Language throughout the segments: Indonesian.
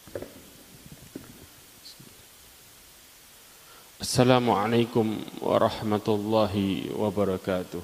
Assalamualaikum warahmatullahi wabarakatuh.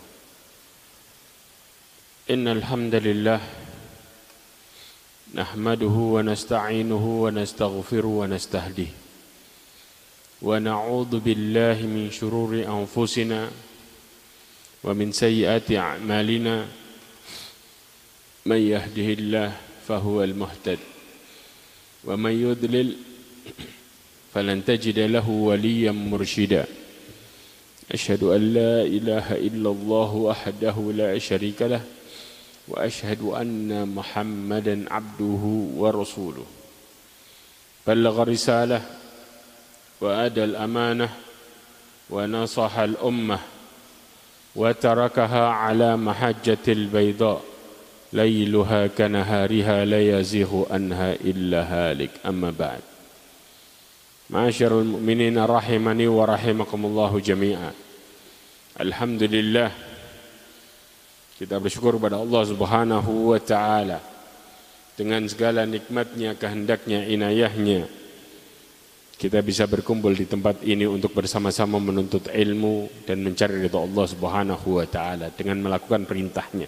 Innal hamdalillah nahmaduhu wa nasta'inuhu wa nastaghfiruhu wa nastahdihi wa na'udzu billahi min shururi anfusina wa min sayyiati a'malina man yahdihillahu fahuwal muhtad wa man yudlil falan tajida lahu waliyan mursyida. Asyhadu an la ilaha illallah wahdahu la syarika lah wa asyhadu anna Muhammadan abduhu wa rasuluh. Ballagha risalah wa adal amanah wa nasaha al ummah wa tarakaha ala mahajjatil bayda layluha kanahariha la yazighu anha illa halik. Amma ba'd. Ma'asyarul mu'minin rahimani wa rahimakumullahu jami'a. Alhamdulillah, kita bersyukur kepada Allah Subhanahu wa ta'ala dengan segala nikmatnya, kehendaknya, inayahnya kita bisa berkumpul di tempat ini untuk bersama-sama menuntut ilmu dan mencari ridha Allah Subhanahu wa ta'ala dengan melakukan perintahnya.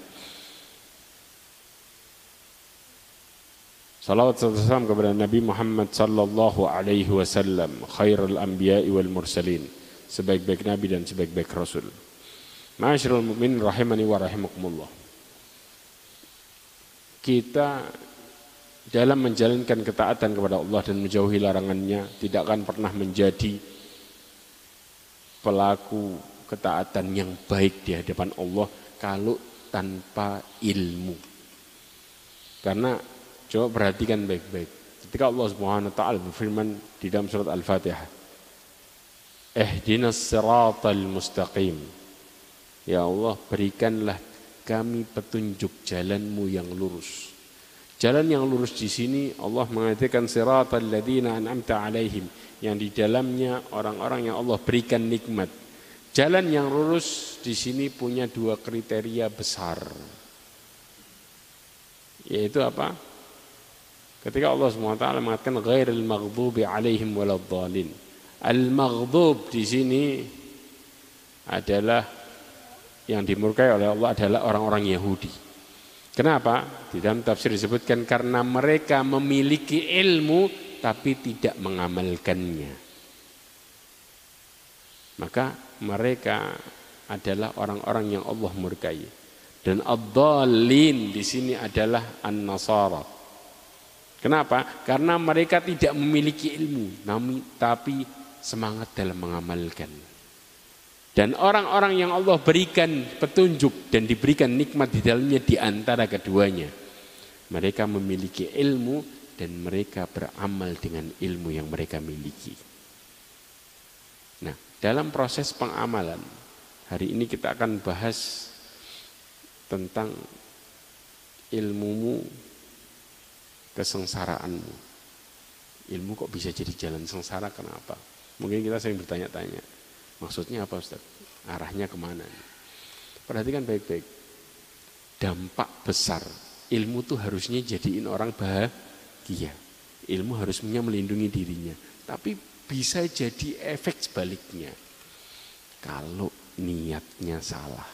Salawat serta salam kepada Nabi Muhammad sallallahu alaihi wasallam, khairul anbiya'i wal mursalin, sebaik-baik nabi dan sebaik-baik rasul. Ma'asyiral mu'minin rahimani wa rahimakumullah. Kita dalam menjalankan ketaatan kepada Allah dan menjauhi larangannya tidak akan pernah menjadi pelaku ketaatan yang baik di hadapan Allah kalau tanpa ilmu. Karena coba perhatikan baik-baik. Ketika Allah Subhanahu wa taala berfirman di dalam surat Al-Fatihah, "Ihdinas siratal mustaqim." Ya Allah, berikanlah kami petunjuk jalanmu yang lurus. Jalan yang lurus di sini Allah mengatakan siratal ladzina an'amta alaihim, yang di dalamnya orang-orang yang Allah berikan nikmat. Jalan yang lurus di sini punya dua kriteria besar. Yaitu apa? Ketika Allah SWT mengatakan ghairil maghdubi alaihim waladhdallin. Al-maghdub di sini adalah yang dimurkai oleh Allah adalah orang-orang Yahudi. Kenapa? Di dalam tafsir disebutkan karena mereka memiliki ilmu tapi tidak mengamalkannya. Maka mereka adalah orang-orang yang Allah murkai. Dan ad-dallin di sini adalah an-nasara. Kenapa? Karena mereka tidak memiliki ilmu, tapi semangat dalam mengamalkan. Dan orang-orang yang Allah berikan petunjuk dan diberikan nikmat di dalamnya di antara keduanya, mereka memiliki ilmu dan mereka beramal dengan ilmu yang mereka miliki. Nah, dalam proses pengamalan, hari ini kita akan bahas tentang ilmumu, kesengsaraanmu. Ilmu kok bisa jadi jalan sengsara, kenapa? Mungkin kita sering bertanya-tanya, maksudnya apa Ustaz? Arahnya kemana? Perhatikan baik-baik. Dampak besar ilmu tuh harusnya jadiin orang bahagia. Ilmu harusnya melindungi dirinya. Tapi bisa jadi efek sebaliknya kalau niatnya salah.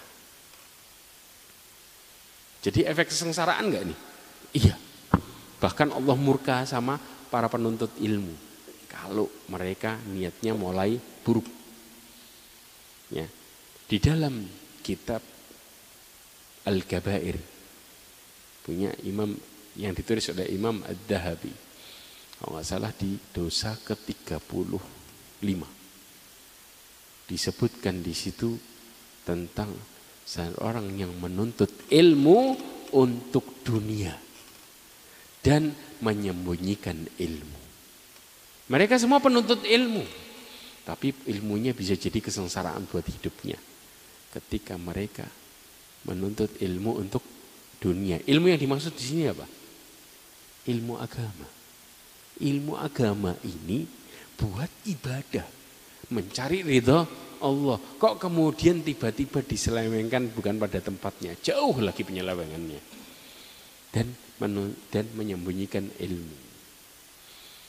Jadi efek kesengsaraan enggak nih? Iya. Bahkan Allah murka sama para penuntut ilmu kalau mereka niatnya mulai buruk. Ya. Di dalam kitab Al-Kabair punya imam yang ditulis oleh Imam Ad-Dahabi, kalau nggak salah di dosa ke-35 disebutkan di situ tentang seorang yang menuntut ilmu untuk dunia dan menyembunyikan ilmu. Mereka semua penuntut ilmu, tapi ilmunya bisa jadi kesengsaraan buat hidupnya. Ketika mereka menuntut ilmu untuk dunia. Ilmu yang dimaksud di sini apa? Ilmu agama. Ilmu agama ini buat ibadah, mencari ridha Allah. Kok kemudian tiba-tiba diselewengkan bukan pada tempatnya, jauh lagi penyelewengannya. Dan menyembunyikan ilmu.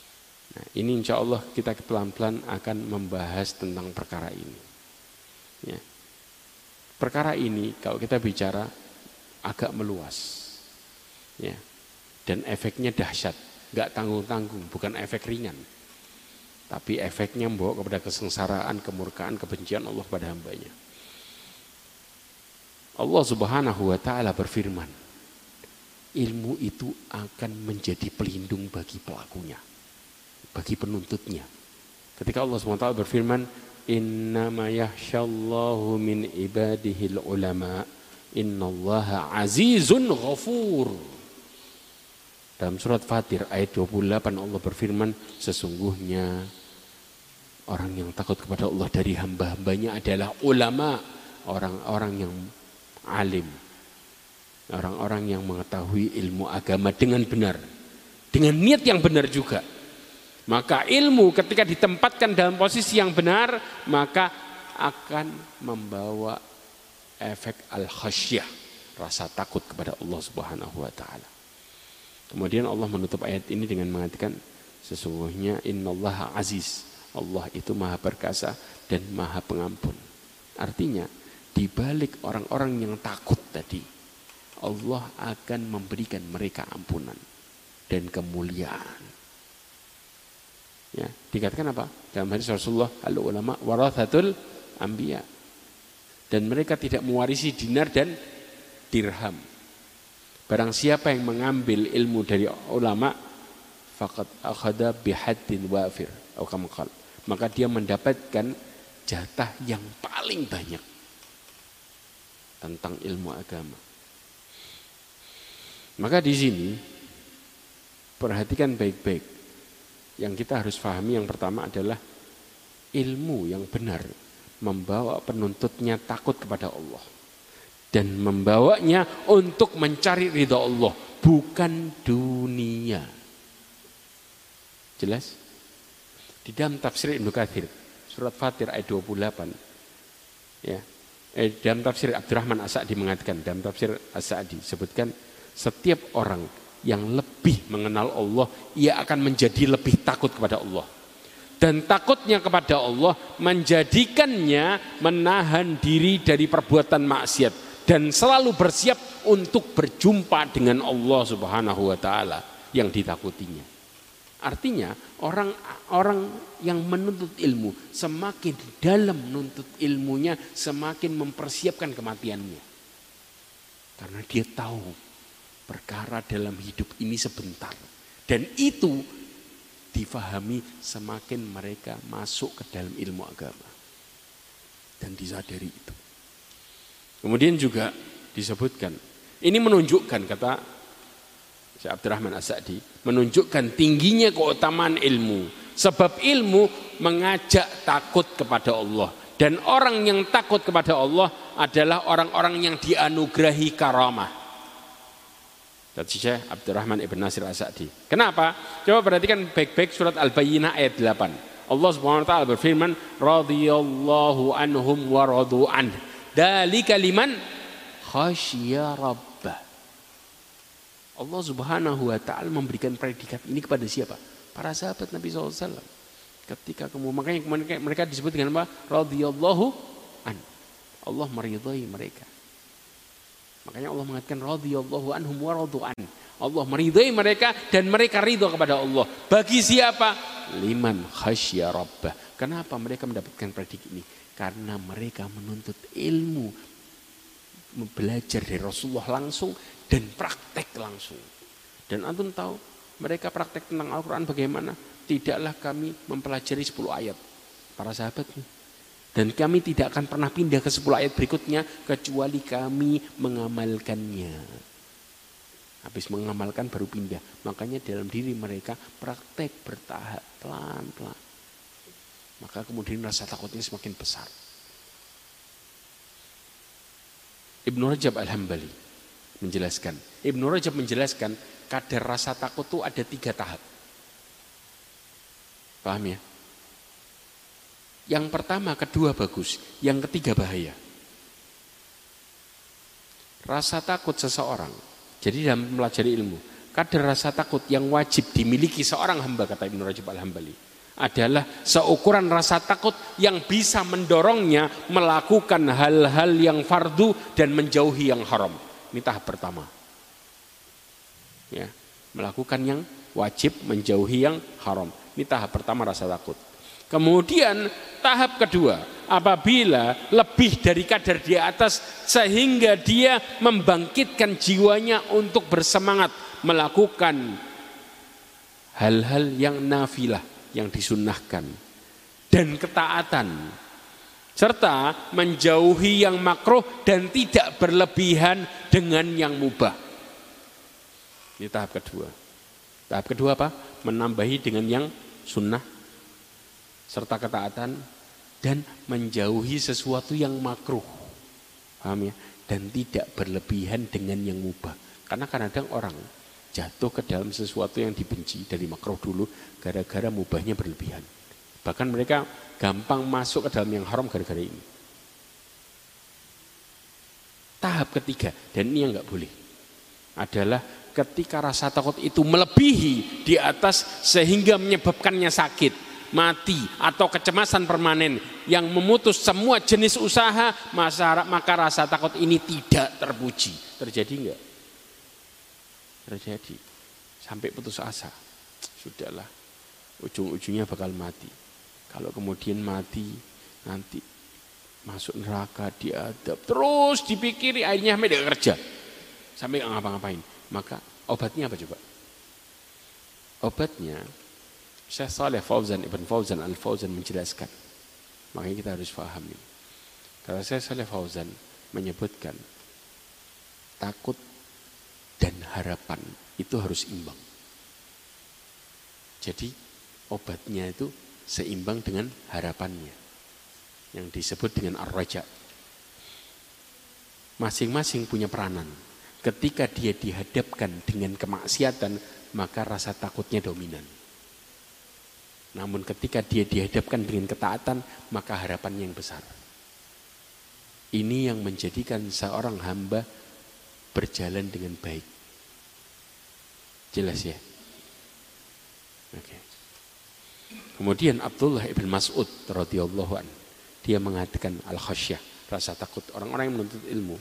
Nah, ini insya Allah kita pelan-pelan akan membahas tentang perkara ini. Ya. Perkara ini kalau kita bicara agak meluas, ya, dan efeknya dahsyat, nggak tanggung-tanggung, bukan efek ringan, tapi efeknya membawa kepada kesengsaraan, kemurkaan, kebencian Allah pada hambanya. Allah Subhanahu wa Ta'ala berfirman, ilmu itu akan menjadi pelindung bagi pelakunya, bagi penuntutnya. Ketika Allah SWT berfirman, innama yakhshallahu min ibadihil ulama, innallaha azizun ghafur. Dalam surat Fatir ayat 28 Allah berfirman, sesungguhnya orang yang takut kepada Allah dari hamba-hambanya adalah ulama, orang-orang yang alim, orang-orang yang mengetahui ilmu agama dengan benar, dengan niat yang benar juga. Maka ilmu ketika ditempatkan dalam posisi yang benar, maka akan membawa efek al-khasyah, rasa takut kepada Allah Subhanahu wa Ta'ala. Kemudian Allah menutup ayat ini dengan mengatakan, sesungguhnya innallaha aziz, Allah itu maha perkasa dan maha pengampun. Artinya di balik orang-orang yang takut tadi, Allah akan memberikan mereka ampunan dan kemuliaan. Ya, dikatakan apa? Dalam hadis Rasulullah, al-ulama warathatul anbiya. Dan mereka tidak mewarisi dinar dan dirham. Barang siapa yang mengambil ilmu dari ulama, faqad akhadha bihaddin wafir, atau kama qala, maka dia mendapatkan jatah yang paling banyak tentang ilmu agama. Maka di sini perhatikan baik-baik. Yang kita harus pahami yang pertama adalah ilmu yang benar membawa penuntutnya takut kepada Allah dan membawanya untuk mencari ridha Allah, bukan dunia. Jelas? Di dalam tafsir Ibnu Katsir surat Fatir ayat 28, ya, dalam tafsir Abdurrahman As-Sa'di mengatakan, dalam tafsir As-Sa'di sebutkan, setiap orang yang lebih mengenal Allah, ia akan menjadi lebih takut kepada Allah. Dan takutnya kepada Allah menjadikannya menahan diri dari perbuatan maksiat dan selalu bersiap untuk berjumpa dengan Allah Subhanahu wa Ta'ala yang ditakutinya. Artinya orang yang menuntut ilmu semakin dalam menuntut ilmunya, semakin mempersiapkan kematiannya. Karena dia tahu perkara dalam hidup ini sebentar. Dan itu difahami semakin mereka masuk ke dalam ilmu agama. Dan disadari itu. Kemudian juga disebutkan, ini menunjukkan, kata Syekh Abdurrahman As-Sa'di, menunjukkan tingginya keutamaan ilmu. Sebab ilmu mengajak takut kepada Allah. Dan orang yang takut kepada Allah adalah orang-orang yang dianugerahi karamah. Dari Syekh Abdurrahman Ibn Nasir As-Sa'di. Kenapa? Coba perhatikan baik-baik surat Al-Bayyinah ayat 8. Allah Subhanahu wa Ta'ala berfirman, radhiyallahu anhum wa radu anhu. Dzalika liman khasyiya rabbah. Allah Subhanahu wa Ta'ala memberikan predikat ini kepada siapa? Para sahabat Nabi SAW. Ketika makanya mereka disebut dengan apa? Radhiyallahu an. Allah meridhai mereka. Makanya Allah mengatakan radhiyallahu anhum wa radu an. Allah meridhai mereka dan mereka ridha kepada Allah. Bagi siapa? Liman khasya rabbah. Kenapa mereka mendapatkan predikat ini? Karena mereka menuntut ilmu, belajar dari Rasulullah langsung dan praktek langsung. Dan antum tahu mereka praktek tentang Al-Quran bagaimana? Tidaklah kami mempelajari 10 ayat para sahabat. Dan kami tidak akan pernah pindah ke 10 ayat berikutnya kecuali kami mengamalkannya. Habis mengamalkan baru pindah. Makanya dalam diri mereka praktek bertahap pelan-pelan. Maka kemudian rasa takutnya semakin besar. Ibnu Rajab Al-Hambali menjelaskan. Ibnu Rajab menjelaskan kadar rasa takut itu ada 3 tahap. Paham ya? Yang pertama, kedua bagus. Yang ketiga bahaya. Rasa takut seseorang. Jadi dalam mempelajari ilmu, Kadar rasa takut yang wajib dimiliki seorang hamba, kata Ibnu Rajab Al-Hambali, adalah seukuran rasa takut yang bisa mendorongnya melakukan hal-hal yang fardu dan menjauhi yang haram. Ini tahap pertama. Ya, melakukan yang wajib, menjauhi yang haram. Ini tahap pertama rasa takut. Kemudian tahap kedua, apabila lebih dari kadar di atas sehingga dia membangkitkan jiwanya untuk bersemangat melakukan hal-hal yang nafilah, yang disunnahkan, dan ketaatan, serta menjauhi yang makruh dan tidak berlebihan dengan yang mubah. Ini tahap kedua. Tahap kedua apa? Menambahi dengan yang sunnah serta ketaatan dan menjauhi sesuatu yang makruh. Paham ya? Dan tidak berlebihan dengan yang mubah. Karena kadang orang jatuh ke dalam sesuatu yang dibenci dari makruh dulu gara-gara mubahnya berlebihan. Bahkan mereka gampang masuk ke dalam yang haram gara-gara ini. Tahap ketiga, dan ini yang enggak boleh, adalah ketika rasa takut itu melebihi di atas sehingga menyebabkannya sakit, mati, atau kecemasan permanen yang memutus semua jenis usaha, maka rasa takut ini tidak terpuji. Terjadi enggak? Terjadi. Sampai putus asa. Sudahlah, ujung-ujungnya bakal mati. Kalau kemudian mati, nanti masuk neraka, diadab, terus dipikiri, akhirnya sampai tidak kerja, sampai nggak ngapa-ngapain. Maka obatnya apa coba? Obatnya Syekh Shalih Ibn Fauzan Al-Fauzan menjelaskan. Makanya kita harus paham ini. Kalau Syekh Shalih Fauzan menyebutkan takut dan harapan itu harus imbang. Jadi obatnya itu seimbang dengan harapannya, yang disebut dengan ar-raja. Masing-masing punya peranan. Ketika dia dihadapkan dengan kemaksiatan, maka rasa takutnya dominan. Namun ketika dia dihadapkan dengan ketaatan, maka harapannya yang besar. Ini yang menjadikan seorang hamba berjalan dengan baik. Jelas ya? Oke. Kemudian Abdullah ibn Mas'ud radhiyallahu anhu, dia mengatakan al-khasyah, rasa takut. Orang-orang yang menuntut ilmu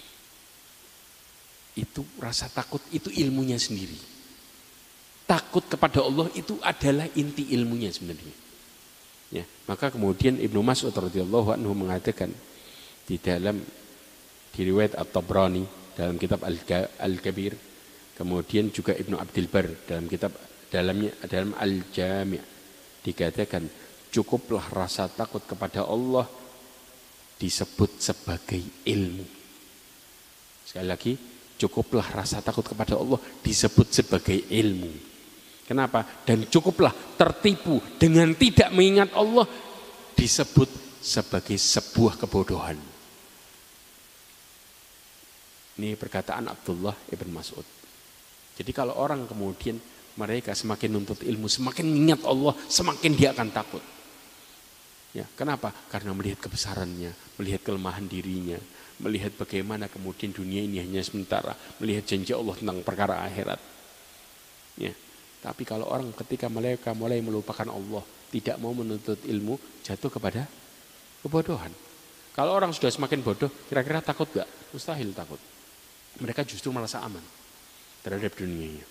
itu rasa takut itu ilmunya sendiri. Takut kepada Allah itu adalah inti ilmunya sebenarnya. Ya, maka kemudian Ibnu Mas'ud radhiyallahu anhu mengatakan di dalam riwayat At-Tabrani dalam kitab Al-Kabir, kemudian juga Ibnu Abdul Bar dalam kitab dalam Al-Jami' dikatakan cukuplah rasa takut kepada Allah disebut sebagai ilmu. Sekali lagi, cukuplah rasa takut kepada Allah disebut sebagai ilmu. Kenapa? Dan cukuplah tertipu dengan tidak mengingat Allah disebut sebagai sebuah kebodohan. Ini perkataan Abdullah ibn Mas'ud. Jadi kalau orang kemudian mereka semakin nuntut ilmu, semakin mengingat Allah, semakin dia akan takut. Ya, kenapa? Karena melihat kebesarannya, melihat kelemahan dirinya, melihat bagaimana kemudian dunia ini hanya sementara, melihat janji Allah tentang perkara akhirat. Ya. Tapi kalau orang ketika mereka mulai melupakan Allah, tidak mau menuntut ilmu, jatuh kepada kebodohan. Kalau orang sudah semakin bodoh, kira-kira takut gak? Mustahil takut. Mereka justru merasa aman terhadap dunianya.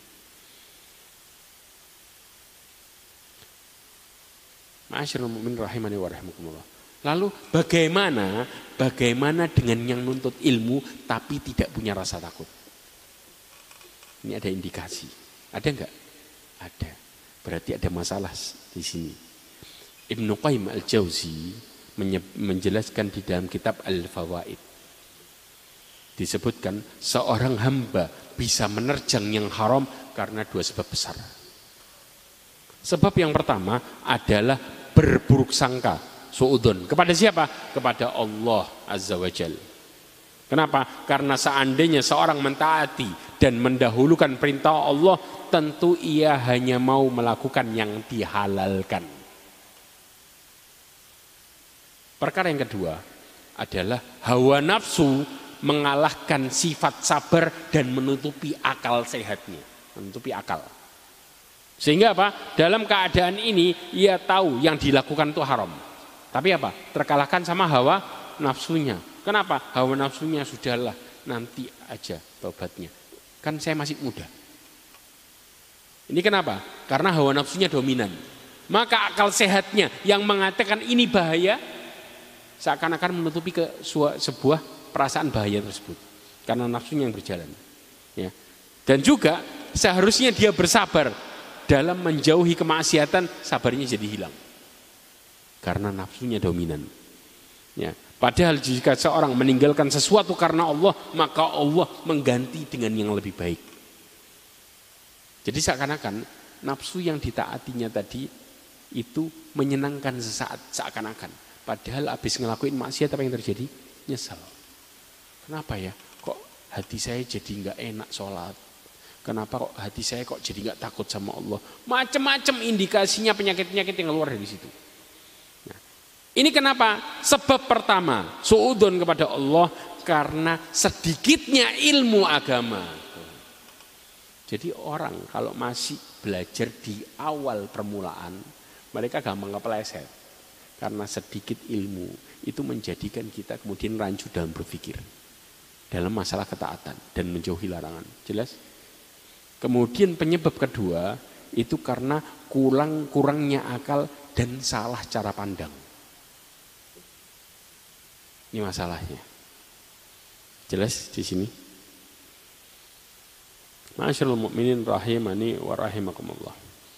Ma'asyiral mu'minin rahimani wa rahimakumullah. Lalu bagaimana dengan yang nuntut ilmu tapi tidak punya rasa takut? Ini ada indikasi. Ada enggak? Ada. Berarti ada masalah di sini. Ibnu Qayyim Al-Jauzi menjelaskan di dalam kitab Al-Fawaid. Disebutkan seorang hamba bisa menerjang yang haram karena dua sebab besar. Sebab yang pertama adalah berburuk sangka, suudzon. Kepada siapa? Kepada Allah Azza wa Jalla. Kenapa? Karena seandainya seorang mentaati dan mendahulukan perintah Allah, tentu ia hanya mau melakukan yang dihalalkan. Perkara yang kedua adalah hawa nafsu mengalahkan sifat sabar dan menutupi akal sehatnya. menutupi akal. Sehingga apa? Dalam keadaan ini ia tahu yang dilakukan itu haram. Tapi apa? Terkalahkan sama hawa nafsunya. Kenapa? Hawa nafsunya sudahlah, nanti aja tobatnya. Kan saya masih muda. Ini kenapa? Karena hawa nafsunya dominan. Maka akal sehatnya yang mengatakan ini bahaya seakan-akan menutupi ke sebuah perasaan bahaya tersebut. Karena nafsunya yang berjalan. Ya. Dan juga seharusnya dia bersabar dalam menjauhi kemaksiatan, sabarnya jadi hilang. Karena nafsunya dominan. Ya. Padahal jika seorang meninggalkan sesuatu karena Allah, maka Allah mengganti dengan yang lebih baik. Jadi seakan-akan nafsu yang ditaatinya tadi itu menyenangkan sesaat, seakan-akan. Padahal habis ngelakuin maksiat apa yang terjadi? Nyesal. Kenapa ya? Kok hati saya jadi nggak enak sholat? Kenapa kok hati saya kok jadi nggak takut sama Allah? Macam-macam indikasinya penyakit-penyakit yang keluar dari situ. Nah, ini kenapa? Sebab pertama, suudzon kepada Allah karena sedikitnya ilmu agama. Jadi orang kalau masih belajar di awal permulaan, mereka gampang kepleset. Karena sedikit ilmu itu menjadikan kita kemudian rancu dalam berpikir. Dalam masalah ketaatan dan menjauhi larangan. Jelas? Kemudian penyebab kedua itu karena kurangnya akal dan salah cara pandang. Ini masalahnya. Jelas di sini? Ma'asyiral mu'minin rahimani wa rahimakumullah.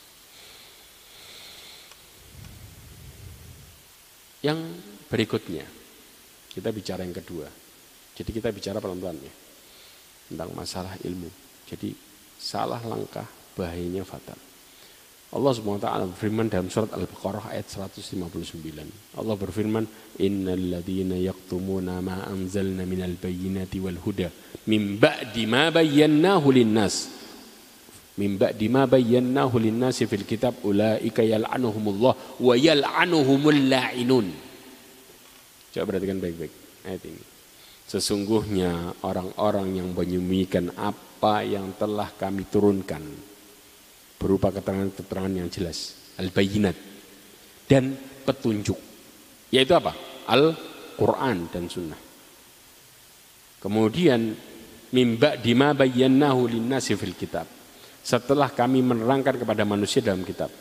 Yang berikutnya, kita bicara yang kedua. Jadi kita bicara pelan-pelan ya, tentang masalah ilmu. Jadi salah langkah bahayanya fatal. Allah Subhanahu wa taala berfirman dalam surat Al-Baqarah ayat 159. Allah berfirman, "Innal ladzina yaktumuna ma anzalna minal bayyinati wal huda min ba'di ma bayyanahu lin-nas min ba'di ma bayyanahu lin-nasi fil kitab ulaika yal'anuhumullah wa yal'anuhumul la'inun." Coba perhatikan baik-baik ayat ini. Sesungguhnya orang-orang yang menyembunyikan apa yang telah kami turunkan berupa keterangan-keterangan yang jelas, al-bayyinat, dan petunjuk, yaitu apa? Al-Quran dan Sunnah. Kemudian mimba dima bayyanahu linnasi fil kitab, setelah kami menerangkan kepada manusia dalam kitab,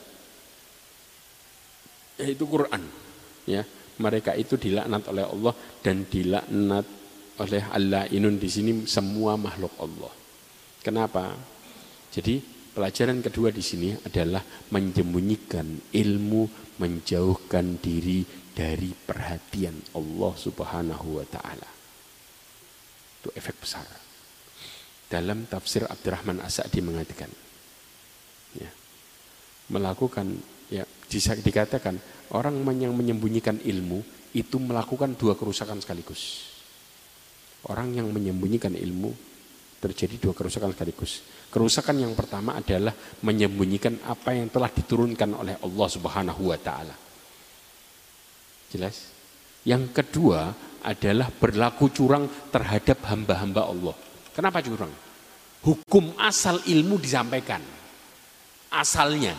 yaitu Quran. Ya, mereka itu dilaknat oleh Allah dan dilaknat oleh al-la'inun di sini semua makhluk Allah. Kenapa? Jadi pelajaran kedua di sini adalah menyembunyikan ilmu, menjauhkan diri dari perhatian Allah Subhanahu wa taala. Itu efek besar. Dalam tafsir Abdurrahman As-Sa'di mengatakan, ya, melakukan, ya, dikatakan orang yang menyembunyikan ilmu itu melakukan dua kerusakan sekaligus. Orang yang menyembunyikan ilmu terjadi dua kerusakan sekaligus. Kerusakan yang pertama adalah menyembunyikan apa yang telah diturunkan oleh Allah Subhanahu wa taala. Jelas? Yang kedua adalah berlaku curang terhadap hamba-hamba Allah. Kenapa curang? Hukum asal ilmu disampaikan. Asalnya.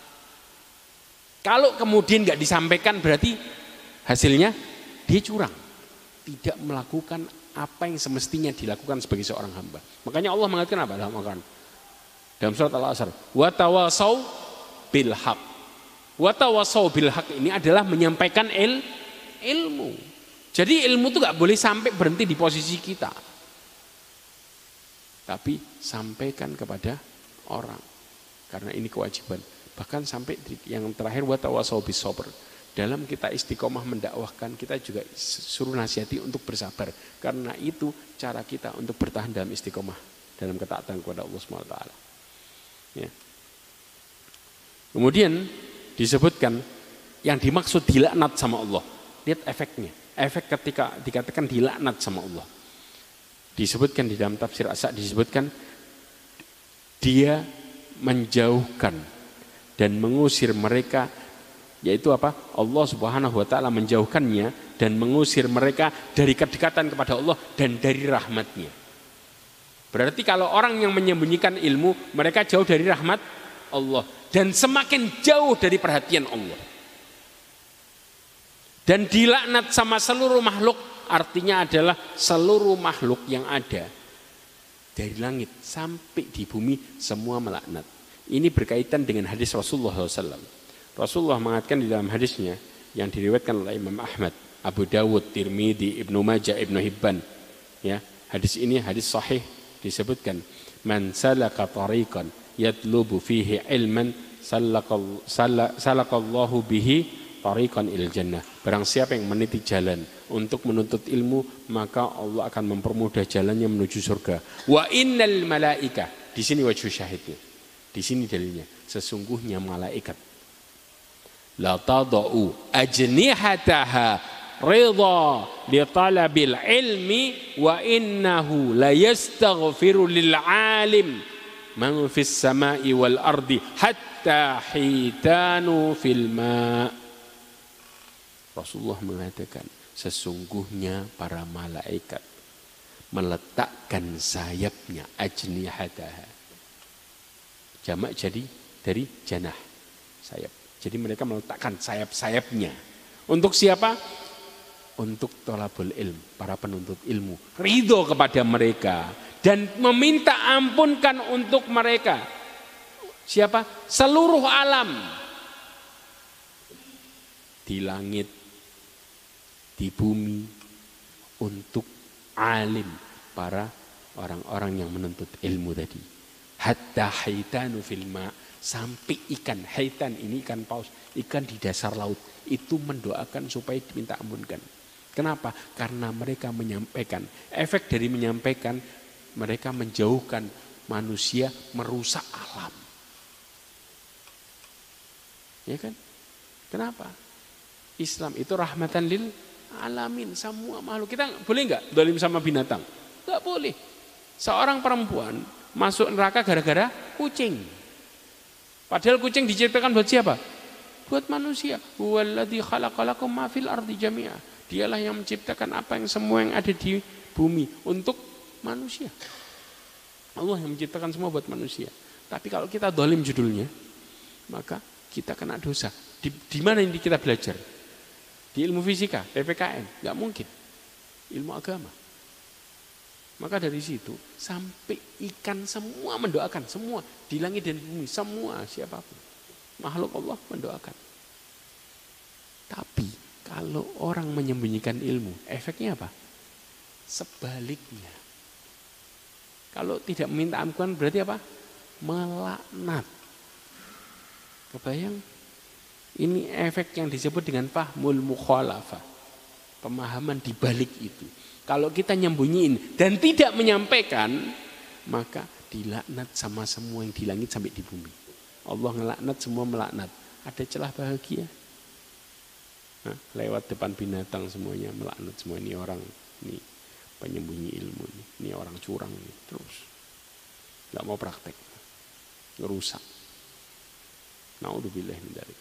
Kalau kemudian nggak disampaikan berarti hasilnya dia curang. Tidak melakukan apa yang semestinya dilakukan sebagai seorang hamba. Makanya Allah mengatakan apa dalam surat Al-Asr, wa tawasau bil haq. Wa tawasau bil haq ini adalah menyampaikan ilmu. Jadi ilmu itu nggak boleh sampai berhenti di posisi kita, tapi sampaikan kepada orang, karena ini kewajiban. Bahkan sampai yang terakhir, wa tawasau bis sabr. Dalam kita istiqomah mendakwahkan, kita juga suruh nasihati untuk bersabar. Karena itu cara kita untuk bertahan dalam istiqomah, dalam ketaatan kepada Allah SWT. Ya. Kemudian disebutkan yang dimaksud dilaknat sama Allah. Lihat efeknya. Efek ketika dikatakan dilaknat sama Allah. Disebutkan di dalam tafsir As-Sa'di, disebutkan dia menjauhkan dan mengusir mereka, yaitu apa? Allah Subhanahu wa taala menjauhkannya dan mengusir mereka dari kedekatan kepada Allah dan dari rahmatnya. Berarti kalau orang yang menyembunyikan ilmu, mereka jauh dari rahmat Allah dan semakin jauh dari perhatian Allah. Dan dilaknat sama seluruh makhluk, artinya adalah seluruh makhluk yang ada dari langit sampai di bumi semua melaknat. Ini berkaitan dengan hadis Rasulullah SAW. Rasulullah mengatakan di dalam hadisnya yang diriwayatkan oleh Imam Ahmad, Abu Dawud, Tirmidzi, Ibnu Majah, Ibnu Hibban. Ya, hadis ini hadis sahih, disebutkan man salaka tariqan yatlubu fihi ilman salakallahu bihi tariqan il jannah. Barang siapa yang meniti jalan untuk menuntut ilmu, maka Allah akan mempermudah jalannya menuju surga. Wa innal malaika, di sini wajhu syahidnya. Di sini dalilnya, sesungguhnya malaikat la tadau ajnihataha ridha li talabil ilmi wa innahu la yastaghfiru lil alim man fis samai wal ardi hatta hitanu fil ma. Rasulullah mengatakan sesungguhnya para malaikat meletakkan sayapnya, ajnihataha, jamak jadi dari janah, sayap. Jadi mereka meletakkan sayap-sayapnya untuk siapa? Untuk thalabul ilm, para penuntut ilmu, ridho kepada mereka dan meminta ampunkan untuk mereka. Siapa? Seluruh alam, di langit, di bumi, untuk alim, para orang-orang yang menuntut ilmu tadi. Hatta haitanu fil ma, sampai ikan haitan, ini ikan paus, ikan di dasar laut itu mendoakan supaya diminta ampunkan. Kenapa? Karena mereka menyampaikan, efek dari menyampaikan, mereka menjauhkan manusia merusak alam. Ya kan? Kenapa? Islam itu rahmatan lil alamin, semua makhluk. Kita boleh enggak zalim sama binatang? Enggak boleh. Seorang perempuan masuk neraka gara-gara kucing. Padahal kucing diciptakan buat siapa? Buat manusia. Huwallazi khalaqalakum ma fil ardi jami'a. Dialah yang menciptakan apa yang semua yang ada di bumi untuk manusia. Allah yang menciptakan semua buat manusia. Tapi kalau kita zalim judulnya, maka kita kena dosa. Di mana ini kita belajar? Di ilmu fisika, PPKN, nggak mungkin. Ilmu agama. Maka dari situ sampai ikan semua mendoakan, semua di langit dan bumi, semua siapapun makhluk Allah mendoakan. Tapi kalau orang menyembunyikan ilmu, efeknya apa? Sebaliknya. Kalau tidak meminta ampunan berarti apa? Melaknat. Kebayang? Ini efek yang disebut dengan fahmul mukhalafah. Pemahaman di balik itu. Kalau kita nyembunyiin dan tidak menyampaikan, maka dilaknat sama semua yang di langit sampai di bumi. Allah ngelaknat, semua melaknat. Ada celah bahagia. Nah, lewat depan binatang semuanya melaknat semua, ini orang, ini penyembunyi ilmu, ini orang curang, ini terus nggak mau praktek, ngerusak. Naudzubillah min dzalik.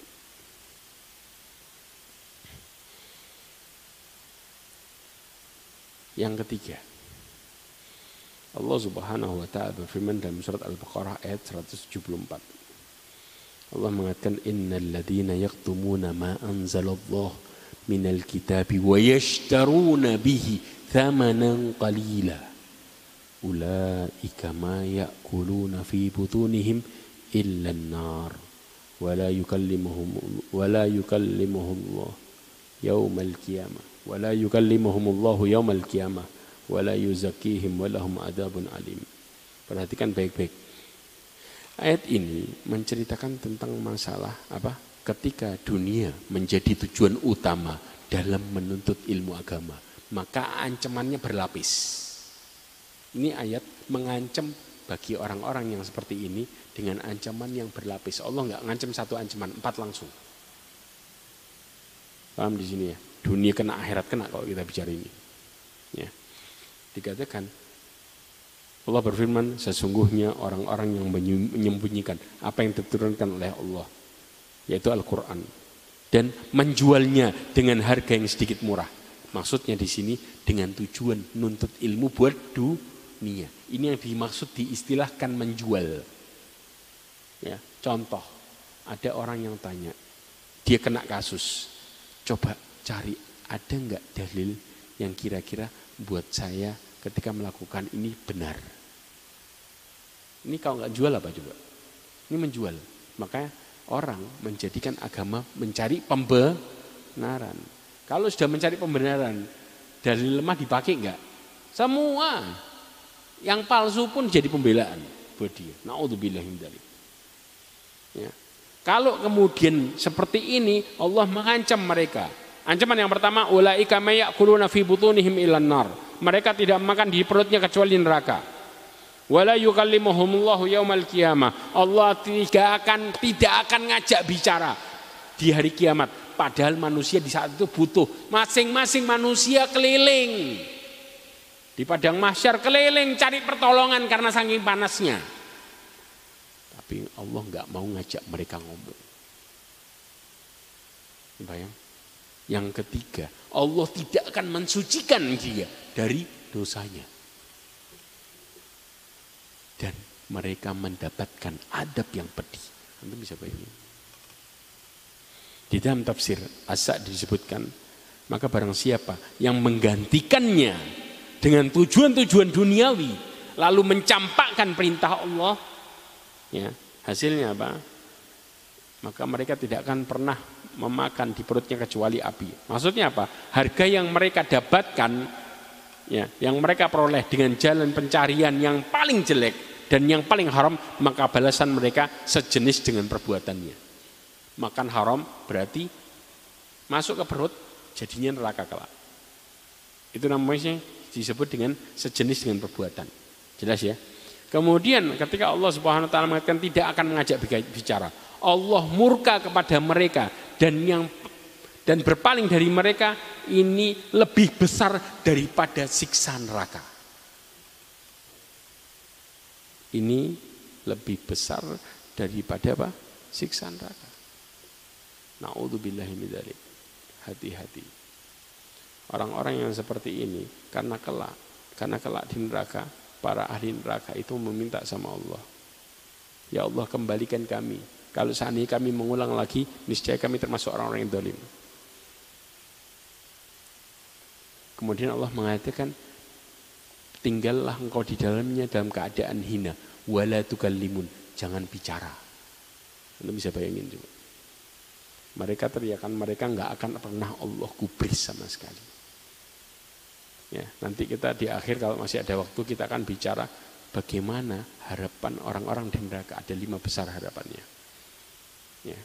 Yang ketiga, Allah Subhanahu wa taala berfirman dalam surat Al-Baqarah ayat 174. Allah mengatakan innal ladzina yaktumuna ma anzalallahu minal kitabi wa yashtaruna bihi thamanan qalila ulaika ma ya'kuluna fi butunihim illa an-nar wa la yukallimuhum Allah yaumal qiyamah wa la yukallimuhumullahu yaumal qiyamah wa la yuzakkihim wa lahum adzabun alim. Perhatikan baik-baik. Ayat ini menceritakan tentang masalah apa? Ketika dunia menjadi tujuan utama dalam menuntut ilmu agama, maka ancamannya berlapis. Ini ayat mengancam bagi orang-orang yang seperti ini dengan ancaman yang berlapis. Allah enggak ngancam satu ancaman, 4 langsung. Paham di sini ya? Dunia kena, akhirat kena kalau kita bicara ini. Ya. Dikatakan Allah berfirman, sesungguhnya orang-orang yang menyembunyikan apa yang diturunkan oleh Allah, yaitu Al-Quran, dan menjualnya dengan harga yang sedikit murah. Maksudnya di sini dengan tujuan nuntut ilmu buat dunia. Ini yang dimaksud diistilahkan menjual. Ya, contoh, ada orang yang tanya, dia kena kasus, coba cari ada enggak dalil yang kira-kira buat saya ketika melakukan ini benar. Ini kalau enggak jual apa coba? Ini menjual. Makanya orang menjadikan agama mencari pembenaran. Kalau sudah mencari pembenaran, dalil lemah dipakai enggak? Semua. Yang palsu pun jadi pembelaan buat dia. Na'udzubillah min dzalik. Ya. Kalau kemudian seperti ini, Allah mengancam mereka. Ancaman yang pertama, ulaika may ya'kuluna fi butunihim ilan nar. Mereka tidak makan di perutnya kecuali neraka. Wala yukallimuhumullahu yaumal qiyamah. Allah tidak akan ngajak bicara di hari kiamat. Padahal manusia di saat itu butuh. Masing-masing manusia keliling di padang mahsyar, keliling cari pertolongan karena saking panasnya. Tapi Allah nggak mau ngajak mereka ngomong. Bayang. Yang ketiga, Allah tidak akan mensucikan dia dari dosanya. Dan mereka mendapatkan adab yang pedih. Anda bisa bayangin. Di dalam tafsir As-Sa'di disebutkan, maka barang siapa yang menggantikannya dengan tujuan-tujuan duniawi, lalu mencampakkan perintah Allah, ya, hasilnya apa? Maka mereka tidak akan pernah memakan di perutnya kecuali api. Maksudnya apa? Harga yang mereka dapatkan, ya, yang mereka peroleh dengan jalan pencarian yang paling jelek dan yang paling haram, maka balasan mereka sejenis dengan perbuatannya. Makan haram berarti masuk ke perut, jadinya neraka kelak. Itu namanya disebut dengan sejenis dengan perbuatan. Jelas ya? Kemudian ketika Allah Subhanahu wa taala mengatakan tidak akan mengajak bicara, Allah murka kepada mereka dan berpaling dari mereka, ini lebih besar daripada siksa neraka. Ini lebih besar daripada apa? Siksa neraka. Na'udzubillahi min dzalik. Hati-hati. Orang-orang yang seperti ini karena kelak di neraka, para ahli neraka itu meminta sama Allah, ya Allah kembalikan kami. Kalau seandainya kami mengulang lagi, niscaya kami termasuk orang-orang yang zalim. Kemudian Allah mengatakan, tinggallah engkau di dalamnya dalam keadaan hina, wala tukallimun, jangan bicara. Anda bisa bayangin juga. Mereka teriakan, mereka nggak akan pernah Allah gubris sama sekali. Ya, nanti kita di akhir kalau masih ada waktu kita akan bicara bagaimana harapan orang-orang di neraka. Ada 5 besar harapannya. Ya.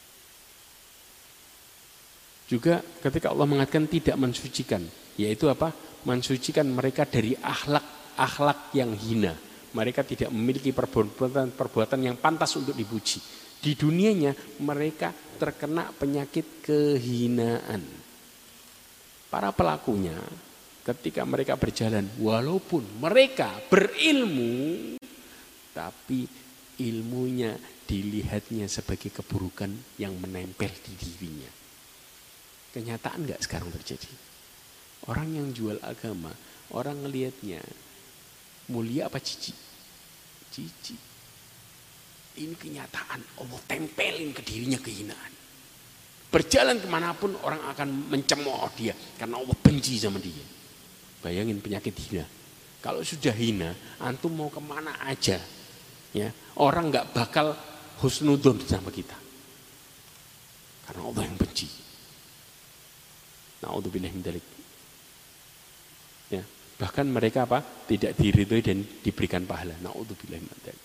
Juga ketika Allah mengatakan tidak mensucikan, yaitu apa? Mensucikan mereka dari akhlak yang hina. Mereka tidak memiliki perbuatan yang pantas untuk dipuji. Di dunianya mereka terkena penyakit kehinaan. Para pelakunya ketika mereka berjalan, walaupun mereka berilmu, tapi ilmunya dilihatnya sebagai keburukan yang menempel di dirinya. Kenyataan enggak sekarang terjadi? Orang yang jual agama, orang ngelihatnya mulia apa cici? Cici. Ini kenyataan, Allah tempelin ke dirinya kehinaan. Berjalan kemanapun orang akan mencemooh dia karena Allah benci sama dia. Bayangin penyakit hina. Kalau sudah hina, antum mau kemana aja, ya, orang nggak bakal husnudon sama kita karena Allah yang benci. Na'udzubillah min dzalik. Ya, bahkan mereka apa? Tidak diridhoi dan diberikan pahala. Na'udzubillah min dzalik.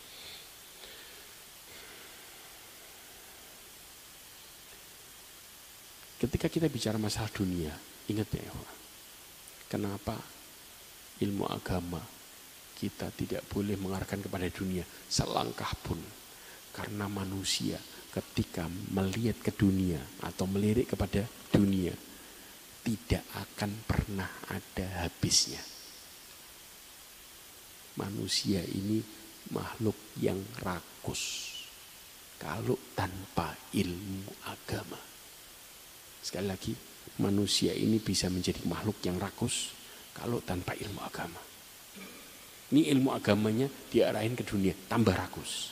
Ketika kita bicara masalah dunia, ingat ya, kenapa ilmu agama kita tidak boleh mengarahkan kepada dunia selangkah pun? Karena manusia ketika melihat ke dunia atau melirik kepada dunia tidak akan pernah ada habisnya. Manusia ini makhluk yang rakus kalau tanpa ilmu agama. Sekali lagi, manusia ini bisa menjadi makhluk yang rakus kalau tanpa ilmu agama. Ini ilmu agamanya diarahin ke dunia, tambah rakus.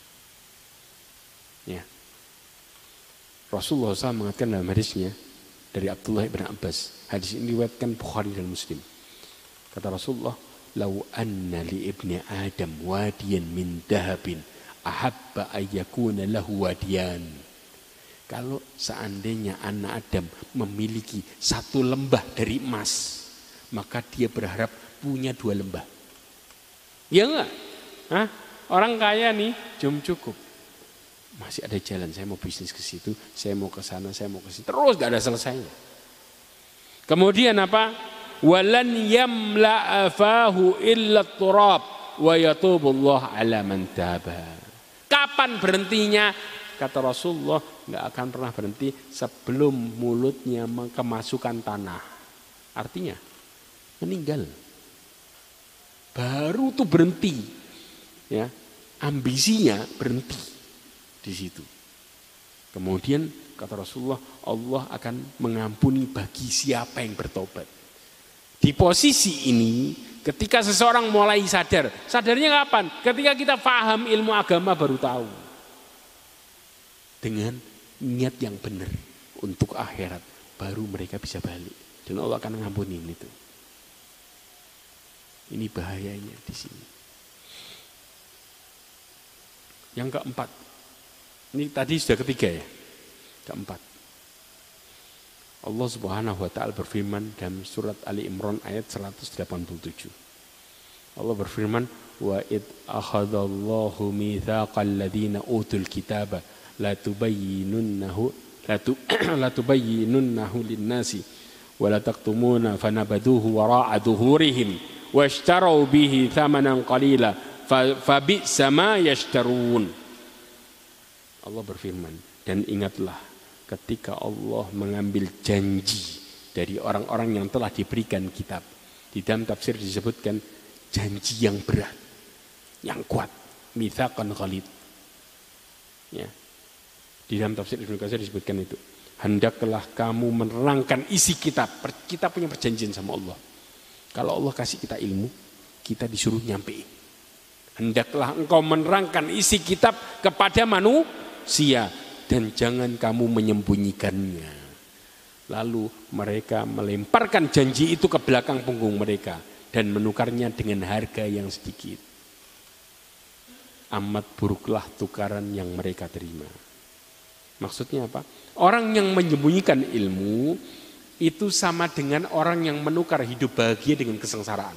Ya. Rasulullah SAW mengatakan dalam hadisnya dari Abdullah bin Abbas. Hadis ini diriwayatkan Bukhari dan Muslim. Kata Rasulullah, "Lau anna li ibni Adam wadiyan min dahabin ahabba ayyakuna lahu wadiyan." Kalau seandainya anak Adam memiliki satu lembah dari emas, maka dia berharap punya dua lembah. Ya enggak? Hah? Orang kaya nih, jom cukup. Masih ada jalan, saya mau bisnis ke situ, saya mau ke sana, saya mau ke sini. Terus gak ada selesainya. Kemudian apa? Walan yamla'a fahu illa turab wa yatubullah ala man taba. Kapan berhentinya? Kata Rasulullah, gak akan pernah berhenti sebelum mulutnya kemasukan tanah. Artinya meninggal. Baru tuh berhenti, ya, ambisinya berhenti di situ. Kemudian kata Rasulullah, Allah akan mengampuni bagi siapa yang bertobat. Di posisi ini, ketika seseorang mulai sadar, sadarnya kapan? Ketika kita paham ilmu agama baru tahu. Dengan niat yang benar untuk akhirat, baru mereka bisa balik. Dan Allah akan mengampuni itu. Ini bahayanya di sini. Yang keempat, ini tadi sudah ketiga ya. Keempat, Allah Subhanahu wa taala berfirman dalam surat Ali Imran ayat 187. Allah berfirman, "Wa id akhadallahu mitsaqal ladzina utul kitaba la tubayyinunnahu lin-nasi wa la taqtumuna fanabaduhu wara'a dhuhurihim washtarau bihi thamanan qalila fabi'sa ma yashtarun." Allah berfirman, dan ingatlah ketika Allah mengambil janji dari orang-orang yang telah diberikan kitab. Di dalam tafsir disebutkan janji yang berat, yang kuat, mitsaqan ghalid. Ya. Di dalam tafsir Ibnu Katsir disebutkan itu. Hendaklah kamu menerangkan isi kitab. Kita punya perjanjian sama Allah. Kalau Allah kasih kita ilmu, kita disuruh nyampein. Hendaklah engkau menerangkan isi kitab kepada manusia dan jangan kamu menyembunyikannya. Lalu mereka melemparkan janji itu ke belakang punggung mereka dan menukarnya dengan harga yang sedikit. Amat buruklah tukaran yang mereka terima. Maksudnya apa? Orang yang menyembunyikan ilmu itu sama dengan orang yang menukar hidup bahagia dengan kesengsaraan.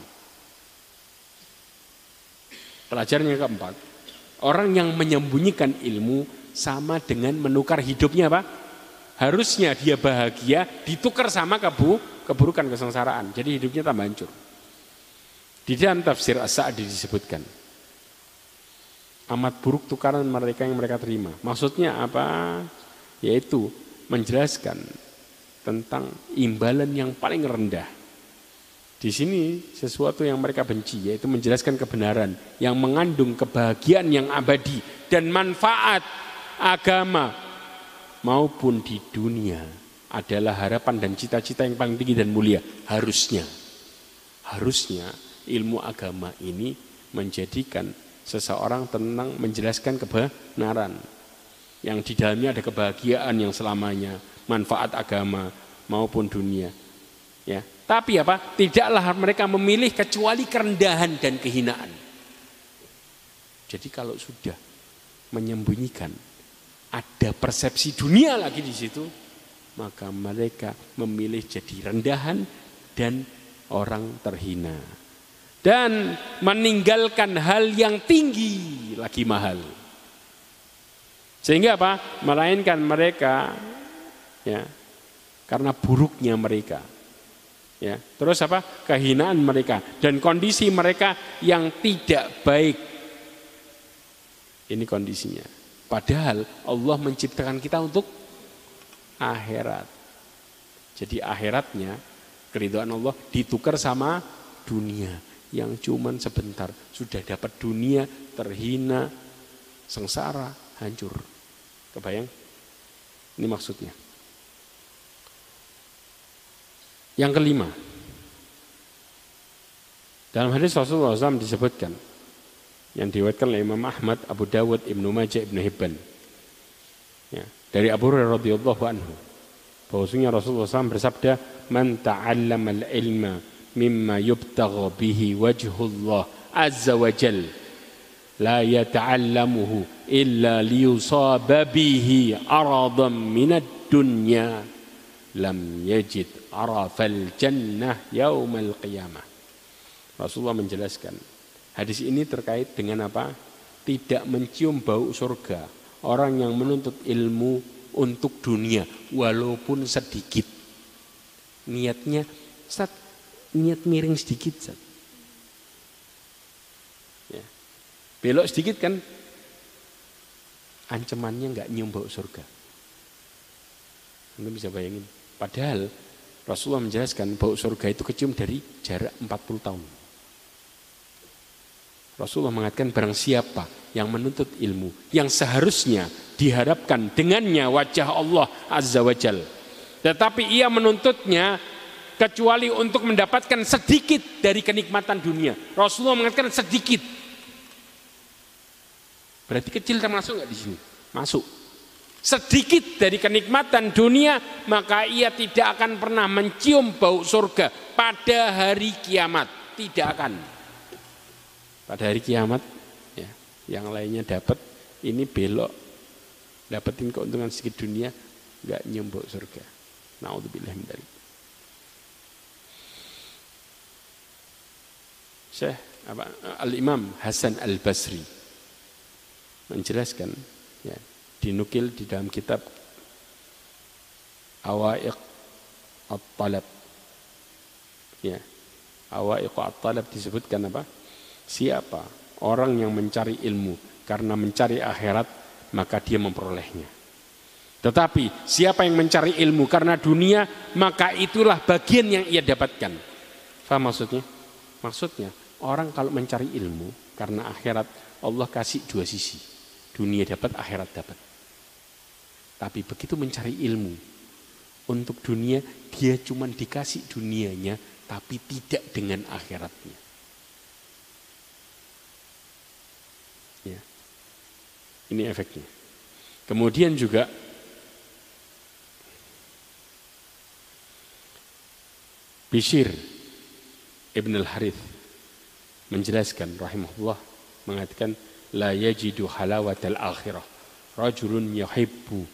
Pelajaran yang keempat, orang yang menyembunyikan ilmu sama dengan menukar hidupnya apa? Harusnya dia bahagia ditukar sama keburukan kesengsaraan. Jadi hidupnya tambah hancur. Di dalam tafsir As-Sa'di disebutkan, amat buruk tukaran mereka yang mereka terima. Maksudnya apa? Yaitu menjelaskan tentang imbalan yang paling rendah. Di sini sesuatu yang mereka benci, yaitu menjelaskan kebenaran yang mengandung kebahagiaan yang abadi dan manfaat agama maupun di dunia adalah harapan dan cita-cita yang paling tinggi dan mulia. Harusnya ilmu agama ini menjadikan seseorang tentang menjelaskan kebenaran yang di dalamnya ada kebahagiaan yang selamanya, manfaat agama maupun dunia. Ya, tapi apa? Tidaklah mereka memilih kecuali kerendahan dan kehinaan. Jadi kalau sudah menyembunyikan, ada persepsi dunia lagi di situ, maka mereka memilih jadi rendahan dan orang terhina. Dan meninggalkan hal yang tinggi lagi mahal. Sehingga apa? Melainkan mereka, ya, karena buruknya mereka, ya, terus apa? Kehinaan mereka dan kondisi mereka yang tidak baik. Ini kondisinya. Padahal Allah menciptakan kita untuk akhirat. Jadi akhiratnya, keridhaan Allah ditukar sama dunia yang cuman sebentar. Sudah dapat dunia, terhina, sengsara, hancur. Kebayang? Ini maksudnya. Yang kelima, Dalam hadis Rasulullah SAW disebutkan yang diriwayatkan oleh Imam Ahmad, Abu Dawud, Ibnu Majah, Ibnu Hibban. Ya, dari Abu Hurairah radhiyallahu anhu, bahwasanya Rasulullah SAW bersabda, "Man ta'allama al-ilma mimma yubtagha bihi wajhullah azza wa jal, la yata'allamuhu illa liyusaba bihi aradan minad dunya, lam yajid arafal jannah yaumal qiyamah." Rasulullah menjelaskan, hadis ini terkait dengan apa? Tidak mencium bau surga orang yang menuntut ilmu untuk dunia walaupun sedikit. Niatnya, Ustaz, niat miring sedikit, Ustaz. Ya. Belok sedikit kan ancamannya enggak nyium bau surga. Anda bisa bayangin. Padahal Rasulullah menjelaskan bau surga itu kecium dari jarak 40 tahun. Rasulullah mengatakan barang siapa yang menuntut ilmu yang seharusnya diharapkan dengannya wajah Allah Azza wa Jal, tetapi ia menuntutnya kecuali untuk mendapatkan sedikit dari kenikmatan dunia. Rasulullah mengatakan sedikit. Berarti kecil termasuk nggak di sini? Masuk. Sedikit dari kenikmatan dunia, maka ia tidak akan pernah mencium bau surga pada hari kiamat. Tidak akan. Pada hari kiamat, ya, yang lainnya dapat, ini belok, dapetin keuntungan sedikit dunia, nggak nyium bau surga. Na'udzubillah min dzalik. Syekh Al-Imam Hasan Al-Basri menjelaskan, ya, dinukil di dalam kitab Awaiq At-Talab. Ya, Awaiq At-Talab disebutkan apa? Siapa orang yang mencari ilmu karena mencari akhirat, maka dia memperolehnya. Tetapi siapa yang mencari ilmu karena dunia, maka itulah bagian yang ia dapatkan. Faham maksudnya? Maksudnya orang kalau mencari ilmu karena akhirat, Allah kasih dua sisi. Dunia dapat, akhirat dapat. Tapi begitu mencari ilmu untuk dunia, dia cuma dikasih dunianya, tapi tidak dengan akhiratnya. Ya. Ini efeknya. Kemudian juga Bishr Ibn al-Harith menjelaskan rahimahullah, mengatakan la yajidu halawatal akhirah rajulun yuhibbu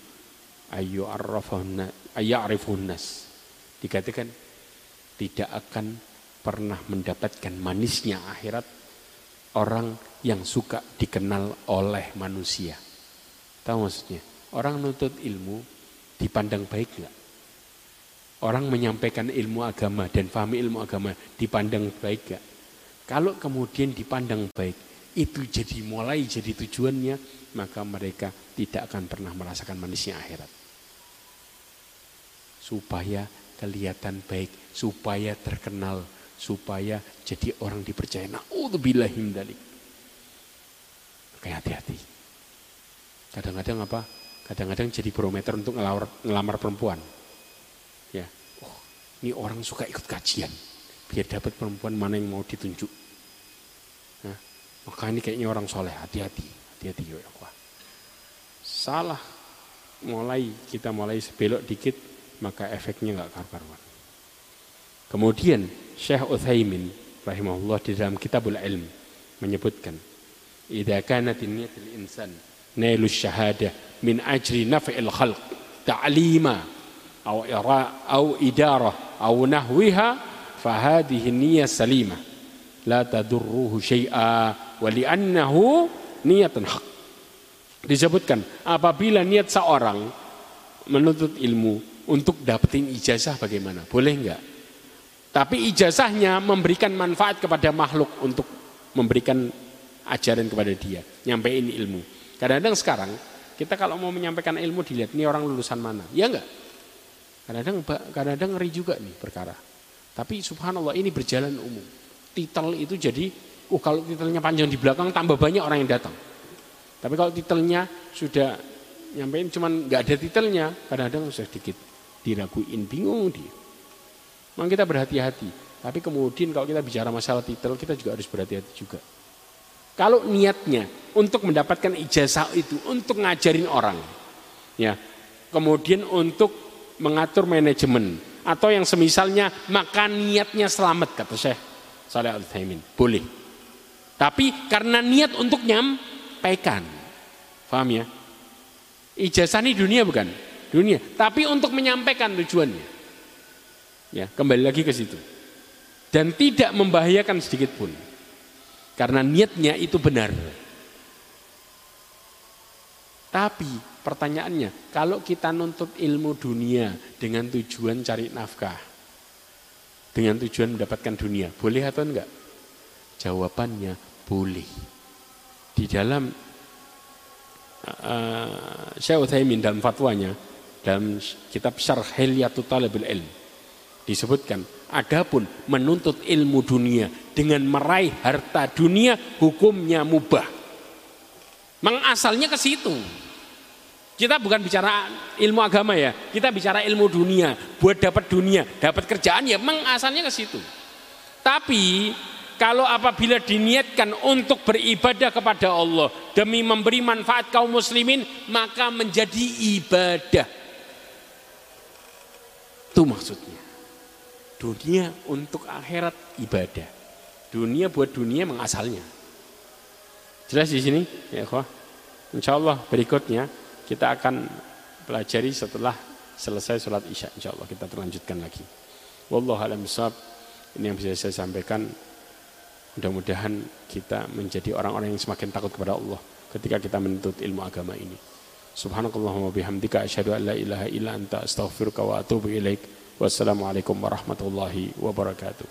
ayya'rifun nas. Dikatakan tidak akan pernah mendapatkan manisnya akhirat orang yang suka dikenal oleh manusia. Tahu maksudnya? Orang nuntut ilmu dipandang baik enggak? Orang menyampaikan ilmu agama dan pahami ilmu agama dipandang baik enggak? Kalau kemudian dipandang baik, itu mulai jadi tujuannya, maka mereka tidak akan pernah merasakan manisnya akhirat. Supaya kelihatan baik, supaya terkenal, supaya jadi orang dipercaya. Na'udzubillahi min dzalik. Kayak hati-hati. Kadang-kadang apa? Kadang-kadang jadi barometer untuk ngelamar perempuan. Ya, oh, ini orang suka ikut kajian, biar dapat perempuan mana yang mau ditunjuk. Nah, maka ini kayaknya orang soleh. Hati-hati ya Allah. Salah, kita mulai sebelok dikit, maka efeknya nggak karuan. Kemudian Syekh Utsaimin rahimahullah di dalam Kitabul Ilm menyebutkan, idza kanat niyatul insan nailus syahadah min ajri naf'il khalq ta'lima aw idarah aw nahwiha fa hadhihi niyyah salimah la tadurruhu syai'a wa li'annahu niyatun haq. Disebutkan apabila niat seorang menuntut ilmu untuk dapetin ijazah bagaimana? Boleh enggak? Tapi ijazahnya memberikan manfaat kepada makhluk untuk memberikan ajaran kepada dia, nyampein ilmu. Kadang-kadang sekarang kita kalau mau menyampaikan ilmu dilihat ini orang lulusan mana, ya enggak? Kadang-kadang ngeri juga nih perkara. Tapi subhanallah ini berjalan umum. Titel itu jadi, kalau titelnya panjang di belakang tambah banyak orang yang datang. Tapi kalau titelnya sudah nyampein cuman nggak ada titelnya, kadang-kadang sudah sedikit diraguin, bingung dia. Memang kita berhati-hati. Tapi kemudian kalau kita bicara masalah titel, kita juga harus berhati-hati juga. Kalau niatnya untuk mendapatkan ijazah itu, untuk ngajarin orang, ya, kemudian untuk mengatur manajemen, atau yang semisalnya, maka niatnya selamat, kata Syekh Shalih Al-Utsaimin, boleh. Tapi karena niat untuk nyampaikan, paham ya? Ijazah ini dunia bukan? Dunia, tapi untuk menyampaikan tujuannya. Ya, kembali lagi ke situ. Dan tidak membahayakan sedikit pun. Karena niatnya itu benar. Tapi pertanyaannya, kalau kita nuntut ilmu dunia dengan tujuan cari nafkah, dengan tujuan mendapatkan dunia, boleh atau enggak? Jawabannya boleh. Di dalam Syekh Utsaimin dalam fatwanya, dalam kitab Syarh Hilyatul Thalibul Ilm, disebutkan, adapun menuntut ilmu dunia dengan meraih harta dunia, hukumnya mubah. Mengasalnya ke situ. Kita bukan bicara ilmu agama ya, kita bicara ilmu dunia, buat dapat dunia, dapat kerjaan ya, mengasalnya ke situ. Tapi kalau apabila diniatkan untuk beribadah kepada Allah demi memberi manfaat kaum muslimin, maka menjadi ibadah. Itu maksudnya. Dunia untuk akhirat ibadah. Dunia buat dunia mengasalnya. Jelas di sini, ya ikhwah. Insyaallah berikutnya kita akan pelajari setelah selesai sholat isya. Insyaallah kita terlanjutkan lagi. Wallahu a'lam bishawab. Ini yang bisa saya sampaikan. Mudah-mudahan kita menjadi orang-orang yang semakin takut kepada Allah ketika kita menuntut ilmu agama ini. Subhanakallahumma bihamdika asyhadu an la ilaha illa anta astaghfiruka wa atubu ilaik. Wassalamualaikum warahmatullahi wabarakatuh.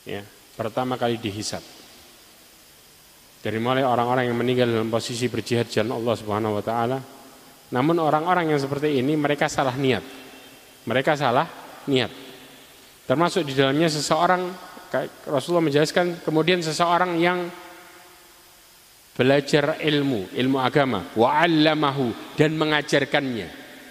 Ya, pertama kali dihisab. Dari mulai orang-orang yang meninggal dalam posisi berjihad jalan Allah Subhanahu wa taala. Namun orang-orang yang seperti ini mereka salah niat. Mereka salah niat. Termasuk di dalamnya seseorang, Rasulullah menjelaskan, kemudian seseorang yang belajar ilmu agama, wa 'allamahu, dan mengajarkannya.